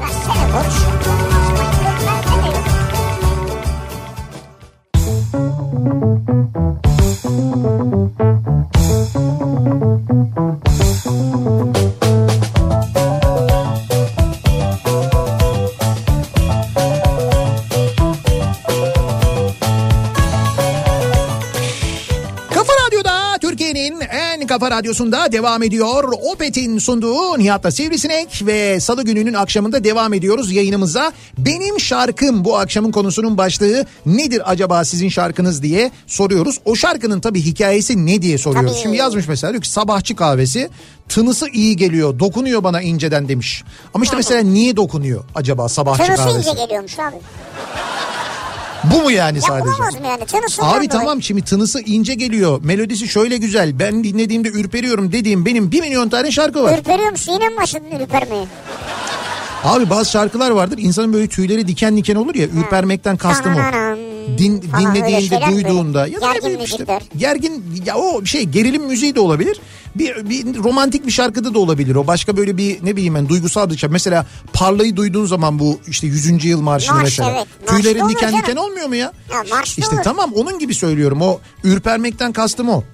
Speaker 2: Kafa Radyosu'nda devam ediyor. Opet'in sunduğu Nihat'la Sivrisinek ve Salı gününün akşamında devam ediyoruz yayınımıza. Benim şarkım bu akşamın konusunun başlığı. Nedir acaba sizin şarkınız diye soruyoruz. O şarkının tabii hikayesi ne diye soruyoruz. Tabii. Şimdi yazmış mesela, diyor ki sabahçı kahvesi tınısı iyi geliyor, dokunuyor bana inceden demiş. Ama işte mesela niye dokunuyor acaba sabahçı kahvesi?
Speaker 3: Tınısı ince geliyormuş abi.
Speaker 2: Bu mu yani sadece?
Speaker 3: Yapılamaz mı yani?
Speaker 2: Abi tamam, şimdi tınısı ince geliyor. Melodisi şöyle güzel. Ben dinlediğimde ürperiyorum dediğim benim 1 milyon tane şarkı var.
Speaker 3: Ürperiyor musun? Yine mi başladın ürpermeye?
Speaker 2: Abi bazı şarkılar vardır. İnsanın böyle tüyleri diken diken olur ya. Ürpermekten kastım o. Dinlediğinde, duyduğunda. Ya
Speaker 3: gergin müzikler.
Speaker 2: Gergin, ya o gerilim müziği de olabilir. Bir romantik bir şarkıda da olabilir. O başka böyle bir ne bileyim ben duygusal bir şey. Mesela Parla'yı duyduğun zaman bu işte 100. yıl marşını mesela. Evet. Tüylerin diken diken olmuyor mu ya?
Speaker 3: Ya marş
Speaker 2: İşte
Speaker 3: olur.
Speaker 2: Tamam, onun gibi söylüyorum. O ürpermekten kastım o.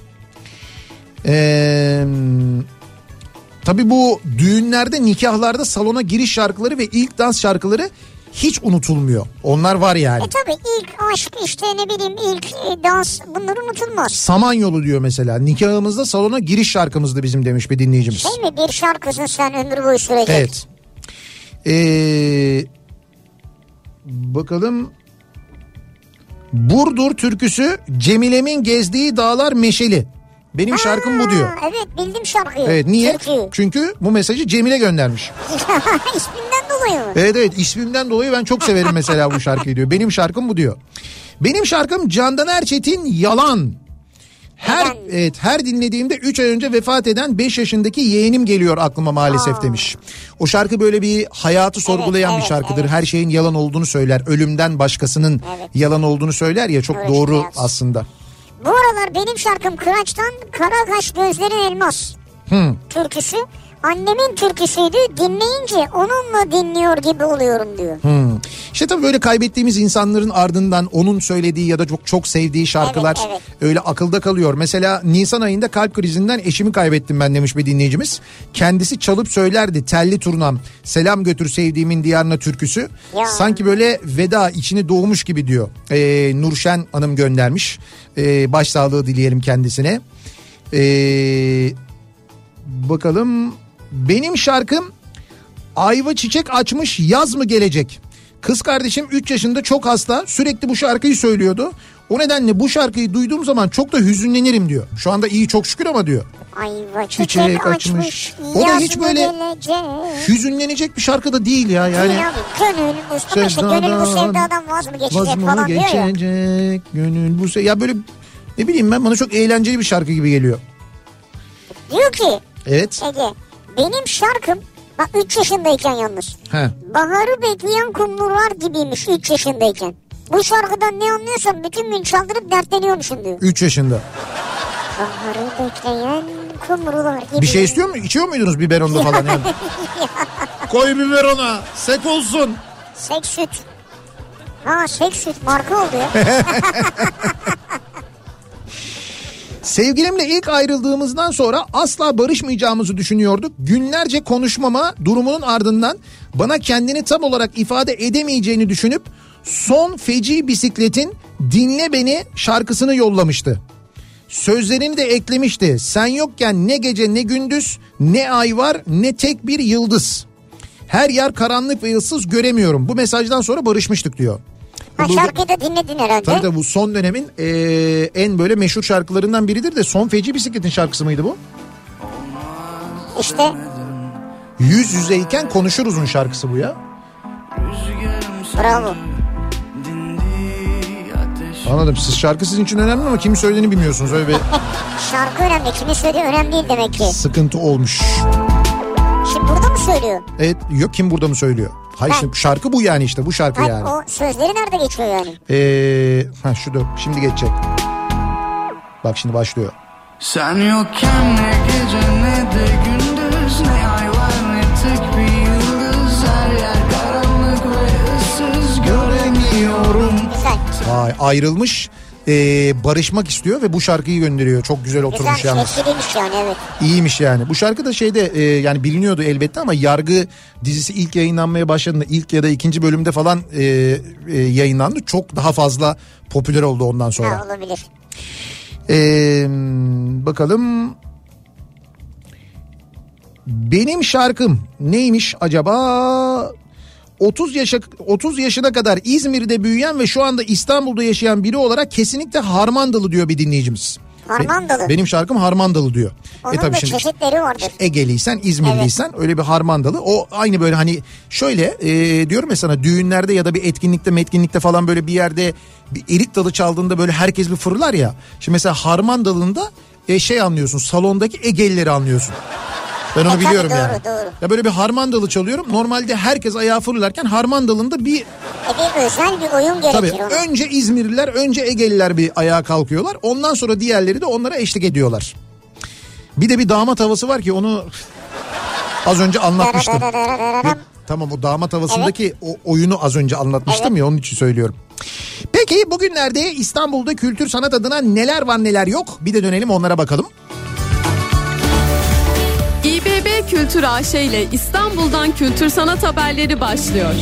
Speaker 2: Tabii bu düğünlerde, nikahlarda salona giriş şarkıları ve ilk dans şarkıları hiç unutulmuyor. Onlar var yani.
Speaker 3: Tabii ilk aşk, işte ne bileyim ilk dans, bunlar unutulmaz.
Speaker 2: Samanyolu diyor mesela. Nikahımızda salona giriş şarkımızdı bizim demiş bir dinleyicimiz.
Speaker 3: Şey mi, bir şarkısın sen ömür boyu sürecek.
Speaker 2: Evet. Bakalım. Burdur türküsü Cemile'min gezdiği dağlar meşeli. Benim şarkım bu diyor.
Speaker 3: Evet, bildim şarkıyı.
Speaker 2: Evet, niye?
Speaker 3: Türküyü.
Speaker 2: Çünkü bu mesajı Cemile göndermiş.
Speaker 3: İsminden dolayı mı?
Speaker 2: Evet, ismimden dolayı ben çok severim mesela bu şarkıyı diyor. Benim şarkım bu diyor. Benim şarkım Candan Erçetin Yalan. Her dinlediğimde 3 ay önce vefat eden 5 yaşındaki yeğenim geliyor aklıma maalesef demiş. O şarkı böyle bir hayatı sorgulayan bir şarkıdır. Her şeyin yalan olduğunu söyler. Ölümden başkasının yalan olduğunu söyler ya, çok doğru aslında.
Speaker 3: Bu aralar benim şarkım Kıraç'tan Kara Kaş Gözlerin Elmas türküsü. Annemin türküsüydü, dinleyince onunla dinliyor gibi oluyorum diyor.
Speaker 2: İşte tabii böyle kaybettiğimiz insanların ardından onun söylediği ya da çok sevdiği şarkılar öyle akılda kalıyor. Mesela Nisan ayında kalp krizinden eşimi kaybettim ben demiş bir dinleyicimiz. Kendisi çalıp söylerdi Telli Turnam, Selam Götür Sevdiğimin Diyarına türküsü. Ya. Sanki böyle veda içini doğmuş gibi diyor. Nurşen Hanım göndermiş. Başsağlığı dileyelim kendisine. Bakalım, benim şarkım Ayva çiçek açmış yaz mı gelecek? Kız kardeşim 3 yaşında, çok hasta, sürekli bu şarkıyı söylüyordu. O nedenle bu şarkıyı duyduğum zaman çok da hüzünlenirim diyor. Şu anda iyi çok şükür ama diyor.
Speaker 3: Ayva çiçek açmış.
Speaker 2: O da hiç böyle hüzünlenecek bir şarkı da değil ya. Yani.
Speaker 3: Değil abi. Gönül bu sevdadan vaz mı geçecek falan diyor ya.
Speaker 2: Gönül bu ya böyle ne bileyim ben, bana çok eğlenceli bir şarkı gibi geliyor.
Speaker 3: Diyor ki.
Speaker 2: Evet.
Speaker 3: Ege, benim şarkım bak 3 yaşındayken yalnız.
Speaker 2: He.
Speaker 3: Baharı bekleyen kumrular gibiymiş 3 yaşındayken. Bu şarkıdan ne anlıyorsan bütün gün çaldırıp dertleniyormuşum diyor.
Speaker 2: 3 yaşında.
Speaker 3: Baharı bekleyen kumrular gibi.
Speaker 2: Bir şey istiyor mu? İçiyor muydunuz biberonda falan yani? Koy biberona, sek olsun.
Speaker 3: Sek süt. Ha, sek süt marka oldu ya.
Speaker 2: Sevgilimle ilk ayrıldığımızdan sonra asla barışmayacağımızı düşünüyorduk. Günlerce konuşmama durumunun ardından bana kendini tam olarak ifade edemeyeceğini düşünüp Son Feci Bisiklet'in Dinle Beni şarkısını yollamıştı. Sözlerini de eklemişti. Sen yokken ne gece ne gündüz, ne ay var ne tek bir yıldız. Her yer karanlık ve ıssız, göremiyorum. Bu mesajdan sonra barışmıştık diyor.
Speaker 3: Ha, şarkıyı da dinledin herhalde.
Speaker 2: Tabii de bu son dönemin en böyle meşhur şarkılarından biridir de Son Feci Bisiklet'in şarkısı mıydı bu?
Speaker 3: İşte.
Speaker 2: Yüz yüzeyken konuşuruzun şarkısı bu ya.
Speaker 3: Bravo.
Speaker 2: Anladım. Siz şarkı sizin için önemli ama kimin söylediğini bilmiyorsunuz. Öyle bir...
Speaker 3: Şarkı önemli. Kimin söylediği önemli değil demek ki.
Speaker 2: Sıkıntı olmuş.
Speaker 3: Şimdi burada mı söylüyor?
Speaker 2: Evet. Yok, kim burada mı söylüyor? Hayır, şimdi şarkı bu yani, işte bu şarkı yani.
Speaker 3: O sözleri nerede geçiyor yani?
Speaker 2: Şurada şimdi geçecek. Bak şimdi başlıyor.
Speaker 9: Sen yokken ne gece ne de gündüz, ne ay var ne tek bir yıldız, her yer karanlık ve ıssız, göremiyorum.
Speaker 3: Güzel.
Speaker 2: Vay, ayrılmış, barışmak istiyor ve bu şarkıyı gönderiyor. Çok güzel oturmuş.
Speaker 3: Güzel,
Speaker 2: yalnız.
Speaker 3: etkiliymiş yani, evet.
Speaker 2: İyiymiş yani. Bu şarkı da şeyde yani biliniyordu elbette ama Yargı dizisi ilk yayınlanmaya başladığında, ilk ya da ikinci bölümde falan yayınlandı. Çok daha fazla popüler oldu ondan sonra.
Speaker 3: Ha, olabilir.
Speaker 2: Bakalım. Benim şarkım neymiş acaba? 30 yaşına kadar İzmir'de büyüyen ve şu anda İstanbul'da yaşayan biri olarak kesinlikle Harmandalı diyor bir dinleyicimiz.
Speaker 3: Harmandalı.
Speaker 2: Benim şarkım Harmandalı diyor.
Speaker 3: Onun da çeşitleri vardır.
Speaker 2: Egeliysen, İzmirliysen, evet, öyle bir Harmandalı. O aynı böyle hani şöyle diyorum ya sana, düğünlerde ya da bir etkinlikte falan böyle bir yerde bir erik dalı çaldığında böyle herkes bir fırlar ya. Şimdi mesela Harmandalı'nda anlıyorsun, salondaki Egelileri anlıyorsun. Ben onu biliyorum
Speaker 3: doğru,
Speaker 2: yani.
Speaker 3: Doğru.
Speaker 2: Ya böyle bir harmandalı çalıyorum. Normalde herkes ayağa fırlarken harmandalında bir
Speaker 3: özel bir oyun gerekir.
Speaker 2: Tabii
Speaker 3: ona.
Speaker 2: Önce İzmirliler, önce Egeliler bir ayağa kalkıyorlar. Ondan sonra diğerleri de onlara eşlik ediyorlar. Bir de bir damat havası var ki onu az önce anlatmıştım. Tamam, o damat havasındaki o oyunu az önce anlatmıştım ya, onun için söylüyorum. Peki bugünlerde İstanbul'da kültür sanat adına neler var neler yok? Bir de dönelim onlara bakalım.
Speaker 11: İBB Kültür AŞ ile İstanbul'dan kültür sanat haberleri başlıyor.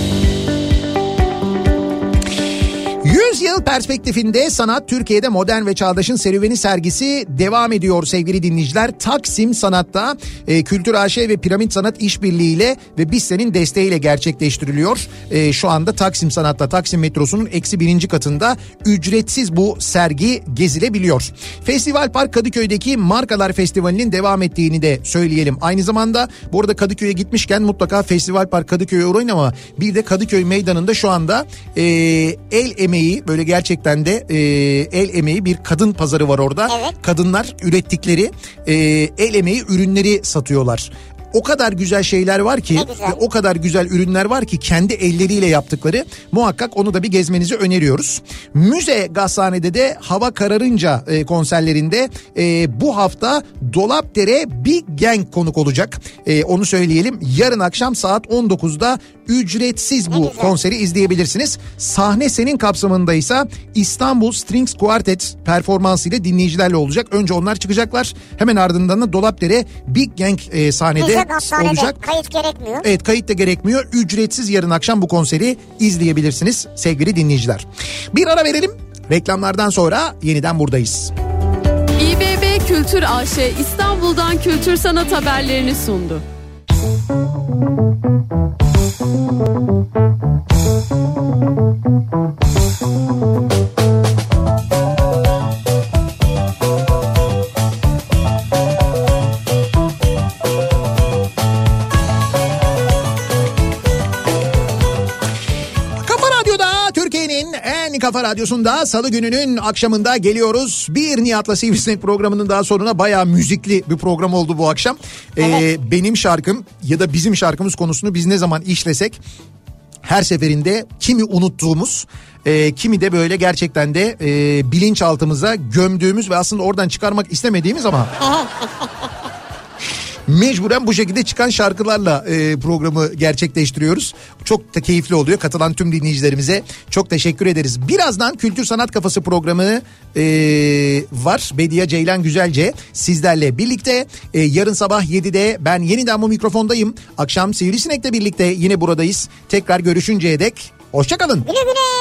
Speaker 2: 100 yıl perspektifinde sanat, Türkiye'de modern ve çağdaşın serüveni sergisi devam ediyor sevgili dinleyiciler. Taksim Sanat'ta Kültür AŞ ve Piramit Sanat İşbirliği ile ve BİSSE'nin desteğiyle gerçekleştiriliyor. Şu anda Taksim Sanat'ta, Taksim metrosunun -1. katında ücretsiz bu sergi gezilebiliyor. Festival Park Kadıköy'deki Markalar Festivali'nin devam ettiğini de söyleyelim. Aynı zamanda bu arada Kadıköy'e gitmişken mutlaka Festival Park Kadıköy'e uğrayın ama bir de Kadıköy Meydanı'nda şu anda el emeği, böyle gerçekten de el emeği bir kadın pazarı var orada.
Speaker 3: Evet.
Speaker 2: Kadınlar ürettikleri el emeği ürünleri satıyorlar. O kadar güzel şeyler var ki ve o kadar güzel ürünler var ki kendi elleriyle yaptıkları, muhakkak onu da bir gezmenizi öneriyoruz. Müze Gazhane'de de hava kararınca konserlerinde bu hafta Dolapdere Big Gang konuk olacak. Onu söyleyelim. Yarın akşam saat 19'da ücretsiz bu konseri izleyebilirsiniz. Sahne Senin kapsamındaysa İstanbul Strings Quartet performansıyla dinleyicilerle olacak. Önce onlar çıkacaklar. Hemen ardından da Dolapdere Big Gang sahnede olacak.
Speaker 3: Kayıt gerekmiyor.
Speaker 2: Evet, kayıt da gerekmiyor. Ücretsiz yarın akşam bu konseri izleyebilirsiniz sevgili dinleyiciler. Bir ara verelim. Reklamlardan sonra yeniden buradayız.
Speaker 11: İBB Kültür AŞ İstanbul'dan kültür sanat haberlerini sundu.
Speaker 2: Modern Kafa Radyosu'nda Salı gününün akşamında geliyoruz. Bir Nihat'la Sivrisinek programının daha sonuna bayağı müzikli bir program oldu bu akşam. Evet. Benim şarkım ya da bizim şarkımız konusunu biz ne zaman işlesek her seferinde kimi unuttuğumuz, kimi de böyle gerçekten de bilinçaltımıza gömdüğümüz ve aslında oradan çıkarmak istemediğimiz ama mecburen bu şekilde çıkan şarkılarla programı gerçekleştiriyoruz. Çok da keyifli oluyor. Katılan tüm dinleyicilerimize çok teşekkür ederiz. Birazdan Kültür Sanat Kafası programı var. Bediye Ceylan Güzelce sizlerle birlikte. Yarın sabah 7'de ben yeniden bu mikrofondayım. Akşam Sivrisinek'le birlikte yine buradayız. Tekrar görüşünceye dek hoşça kalın.
Speaker 3: Güle güle.